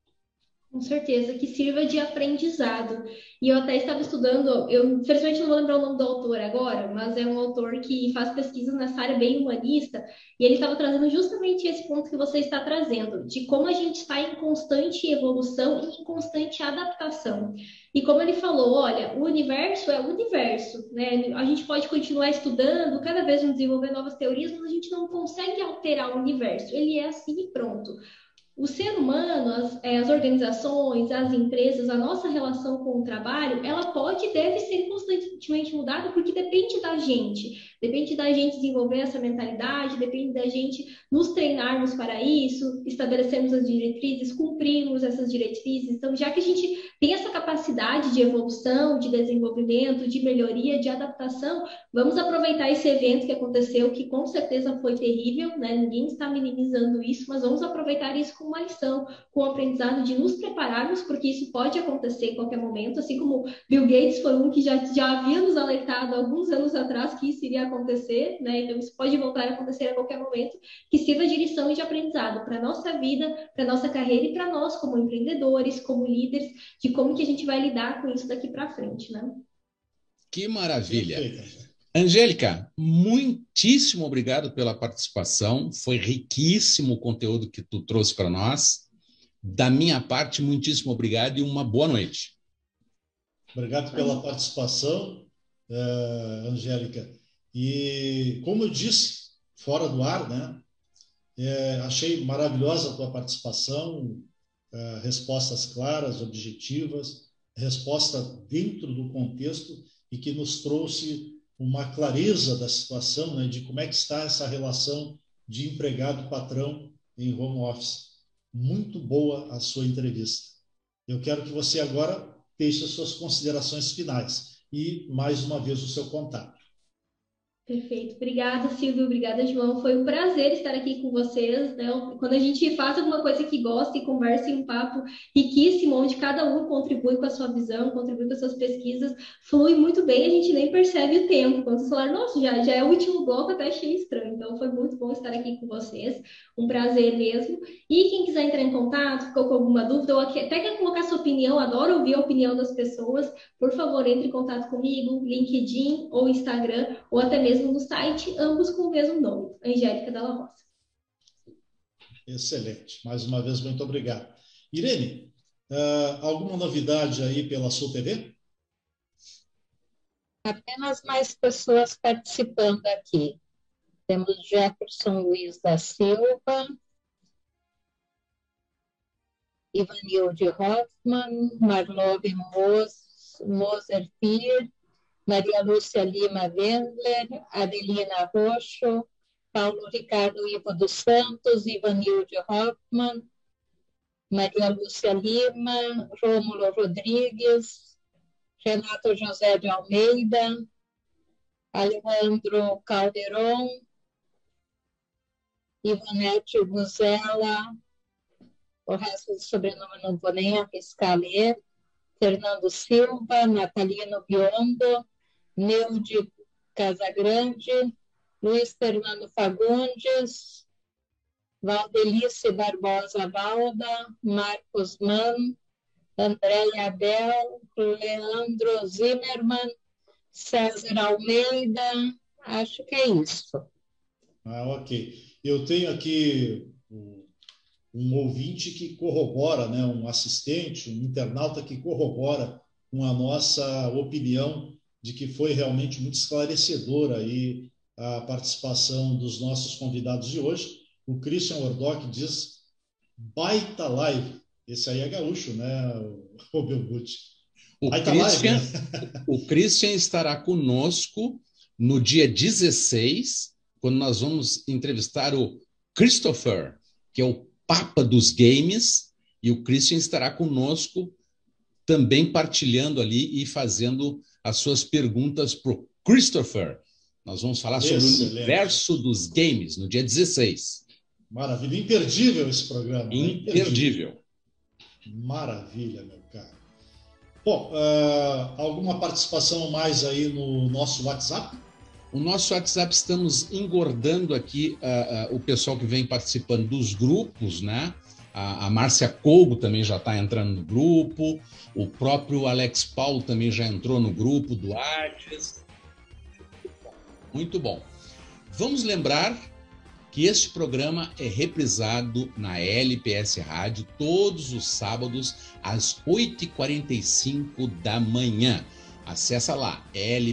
Com certeza, que sirva de aprendizado. E eu até estava estudando, eu infelizmente não vou lembrar o nome do autor agora, mas é um autor que faz pesquisas nessa área bem humanista, e ele estava trazendo justamente esse ponto que você está trazendo, de como a gente está em constante evolução e em constante adaptação. E como ele falou, olha, o universo é o universo, né? A gente pode continuar estudando, cada vez desenvolver novas teorias, mas a gente não consegue alterar o universo. Ele é assim e pronto. O ser humano, as organizações, as empresas, a nossa relação com o trabalho, ela pode e deve ser constantemente mudada porque depende da gente. Depende da gente desenvolver essa mentalidade, depende da gente nos treinarmos para isso, estabelecermos as diretrizes, cumprirmos essas diretrizes. Então, já que a gente tem essa capacidade de evolução, de desenvolvimento, de melhoria, de adaptação, vamos aproveitar esse evento que aconteceu, que com certeza foi terrível, né? Ninguém está minimizando isso, mas vamos aproveitar isso com uma lição, com o aprendizado de nos prepararmos, porque isso pode acontecer em qualquer momento, assim como Bill Gates foi um que já havia nos alertado alguns anos atrás que isso iria acontecer, né? Então isso pode voltar a acontecer a qualquer momento, que sirva de lição e de aprendizado para a nossa vida, para a nossa carreira e para nós como empreendedores, como líderes, de como que a gente vai lidar com isso daqui para frente, né? Que maravilha! Angélica, muitíssimo obrigado pela participação. Foi riquíssimo o conteúdo que tu trouxe para nós. Da minha parte, muitíssimo obrigado e uma boa noite. Obrigado pela participação, Angélica. E, como eu disse, fora do ar, né? Achei maravilhosa a tua participação, respostas claras, objetivas, resposta dentro do contexto e que nos trouxe uma clareza da situação, né, de como é que está essa relação de empregado-patrão em home office. Muito boa a sua entrevista. Eu quero que você agora deixe as suas considerações finais e, mais uma vez, o seu contato. Perfeito. Obrigada, Silvio. Obrigada, João. Foi um prazer estar aqui com vocês, né? Quando a gente faz alguma coisa que gosta e conversa em um papo riquíssimo, onde cada um contribui com a sua visão, contribui com as suas pesquisas, flui muito bem, a gente nem percebe o tempo. Quando vocês falaram, nossa, já é o último bloco, até achei estranho. Então, foi muito bom estar aqui com vocês. Um prazer mesmo. E quem quiser entrar em contato, ficou com alguma dúvida, ou até quer colocar sua opinião, adoro ouvir a opinião das pessoas, por favor, entre em contato comigo, LinkedIn ou Instagram, ou até mesmo no site, ambos com o mesmo nome, Angélica Dalla Roça. Excelente. Mais uma vez, muito obrigado. Irene, alguma novidade aí pela Sul TV? Apenas mais pessoas participando aqui. Temos Jefferson Luiz da Silva, Ivanilde Hoffmann, Marlove Moser Pier, Maria Lúcia Lima Wendler, Adelina Roxo, Paulo Ricardo Ivo dos Santos, Ivanilde Hoffmann, Maria Lúcia Lima, Rômulo Rodrigues, Renato José de Almeida, Alejandro Calderon, Ivonete Guzela, o resto do sobrenome não vou nem arriscar ler, Fernando Silva, Natalino Biondo, Neude Casagrande, Luiz Fernando Fagundes, Valdelice Barbosa Valda, Marcos Mann, Andréia Abel, Leandro Zimmermann, César Almeida, acho que é isso. Ok. Eu tenho aqui um ouvinte que corrobora, né, um assistente, um internauta que corrobora com a nossa opinião de que foi realmente muito esclarecedora aí a participação dos nossos convidados de hoje. O Christian Ordock diz, baita live. Esse aí é gaúcho, né, o Belbucci? O Christian estará conosco no dia 16, quando nós vamos entrevistar o Christopher, que é o Papa dos Games, e o Christian estará conosco também partilhando ali e fazendo as suas perguntas para o Christopher. Nós vamos falar sobre o universo dos games no dia 16. Maravilha, imperdível esse programa. Imperdível. Maravilha, meu caro. Bom, alguma participação mais aí no nosso WhatsApp? O nosso WhatsApp, estamos engordando aqui o pessoal que vem participando dos grupos, né? A Márcia Colgo também já está entrando no grupo, o próprio Alex Paulo também já entrou no grupo do Artes. Muito bom. Vamos lembrar que este programa é reprisado na LPS Rádio todos os sábados às 8h45 da manhã. Acesse lá,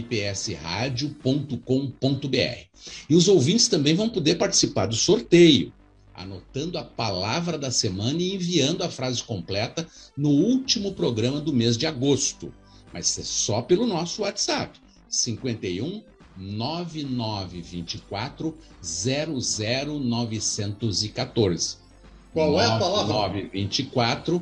lpsradio.com.br. E os ouvintes também vão poder participar do sorteio, anotando a palavra da semana e enviando a frase completa no último programa do mês de agosto. Mas é só pelo nosso WhatsApp, 51 9924 00914. Qual é a palavra? 9924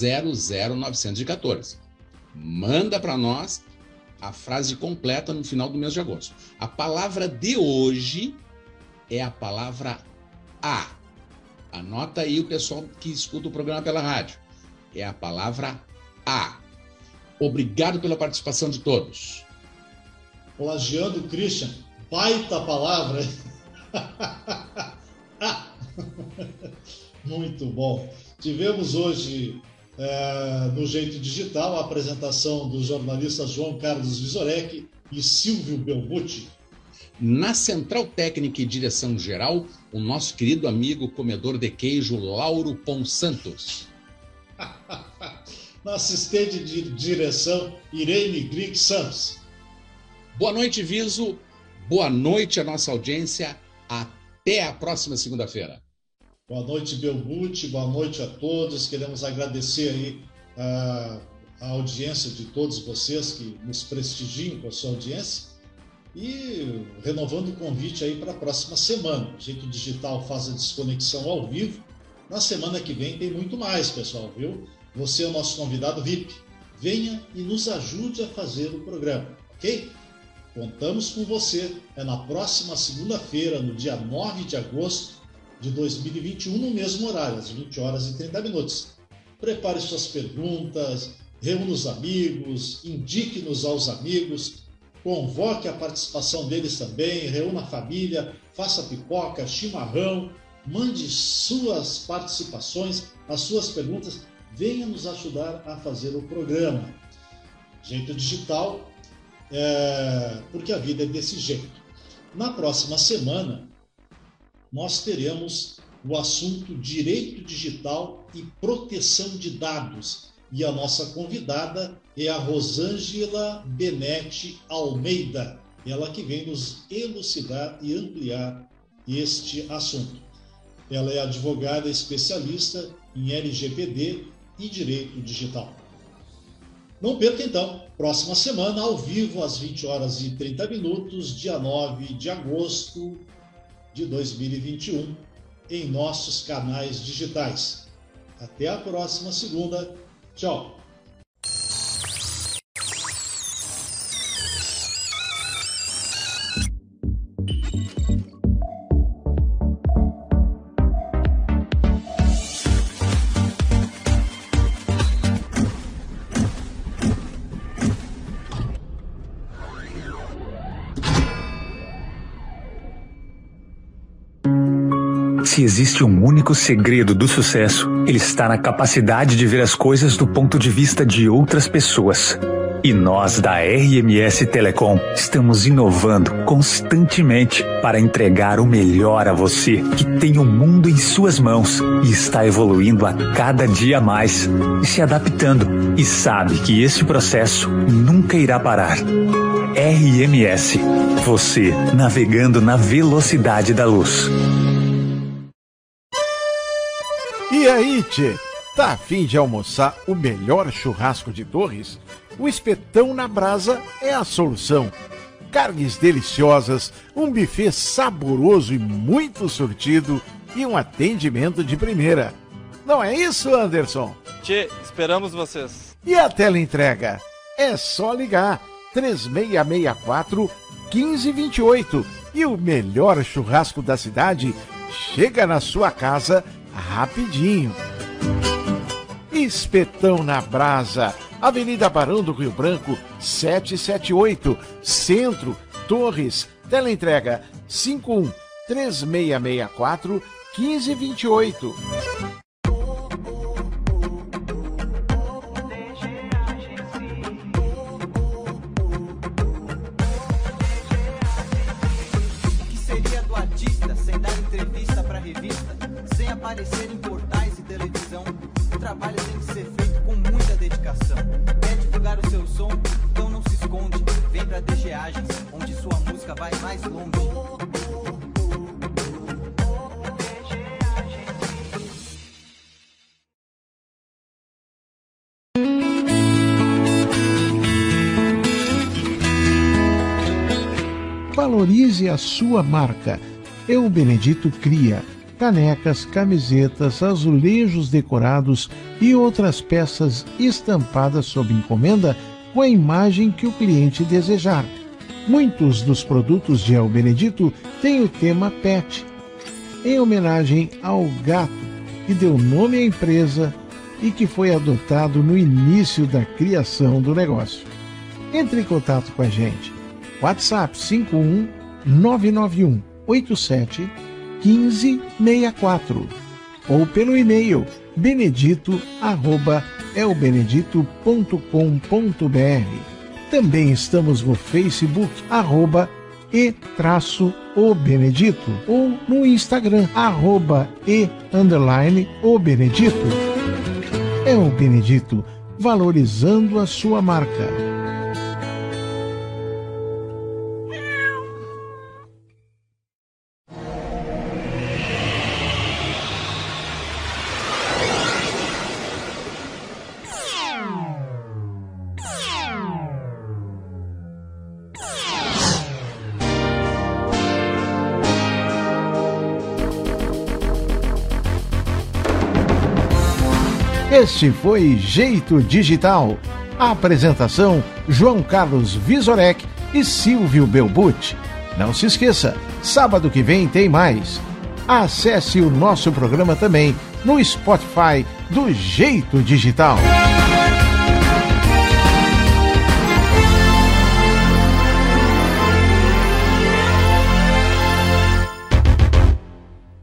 00914. Manda para nós a frase completa no final do mês de agosto. A palavra de hoje é a palavra A. Anota aí o pessoal que escuta o programa pela rádio. É a palavra A. Obrigado pela participação de todos. Plagiando o Christian, baita palavra. Muito bom. Tivemos hoje, no Jeito Digital, a apresentação dos jornalistas João Carlos Visorek e Silvio Belbucci. Na Central Técnica e Direção Geral, o nosso querido amigo comedor de queijo Lauro Pons Santos. Na assistente de direção, Irene Grieg Santos. Boa noite, Viso. Boa noite à nossa audiência. Até a próxima segunda-feira. Boa noite, Belbucci. Boa noite a todos. Queremos agradecer aí a audiência de todos vocês que nos prestigiam com a sua audiência. E renovando o convite aí para a próxima semana. O Jeito Digital faz a desconexão ao vivo. Na semana que vem tem muito mais, pessoal, viu? Você é o nosso convidado VIP. Venha e nos ajude a fazer o programa, ok? Contamos com você. É na próxima segunda-feira, no dia 9 de agosto de 2021, no mesmo horário, às 20 horas e 30 minutos. Prepare suas perguntas, reúna os amigos, indique-nos aos amigos, convoque a participação deles também, reúna a família, faça pipoca, chimarrão, mande suas participações, as suas perguntas, venha nos ajudar a fazer o programa. Jeito Digital, porque a vida é desse jeito. Na próxima semana, nós teremos o assunto Direito Digital e Proteção de Dados. E a nossa convidada é a Rosângela Benetti Almeida, ela que vem nos elucidar e ampliar este assunto. Ela é advogada especialista em LGPD e Direito Digital. Não perca então, próxima semana, ao vivo, às 20 horas e 30 minutos, dia 9 de agosto de 2021, em nossos canais digitais. Até a próxima segunda. Tchau. Se existe um único segredo do sucesso, ele está na capacidade de ver as coisas do ponto de vista de outras pessoas. E nós, da RMS Telecom, estamos inovando constantemente para entregar o melhor a você, que tem o mundo em suas mãos e está evoluindo a cada dia mais, e se adaptando, e sabe que esse processo nunca irá parar. RMS, você navegando na velocidade da luz. E aí, tchê, tá a fim de almoçar o melhor churrasco de Torres? O Espetão na Brasa é a solução. Carnes deliciosas, um buffet saboroso e muito surtido e um atendimento de primeira. Não é isso, Anderson? Tchê, esperamos vocês. E a teleentrega? É só ligar 3664-1528 e o melhor churrasco da cidade chega na sua casa rapidinho. Espetão na Brasa, Avenida Barão do Rio Branco, 778, Centro, Torres. Teleentrega 51-3664-1528. O que seria do artista sem dar entrevista pra revista, sem aparecer em portais e televisão? O trabalho tem que ser feito com muita dedicação. Quer divulgar o seu som? Então não se esconde. Vem pra DGAgens, onde sua música vai mais longe. Valorize a sua marca. Eu Benedito cria canecas, camisetas, azulejos decorados e outras peças estampadas sob encomenda com a imagem que o cliente desejar. Muitos dos produtos de El Benedito têm o tema Pet, em homenagem ao gato que deu nome à empresa e que foi adotado no início da criação do negócio. Entre em contato com a gente. WhatsApp 51 991 87 1564 ou pelo e-mail benedito@elbenedito.com.br. Também estamos no Facebook @e_obenedito ou no Instagram @e_obenedito. El Benedito, valorizando a sua marca. Este foi Jeito Digital. A apresentação: João Carlos Visorek e Silvio Belbucci. Não se esqueça, sábado que vem tem mais. Acesse o nosso programa também no Spotify do Jeito Digital.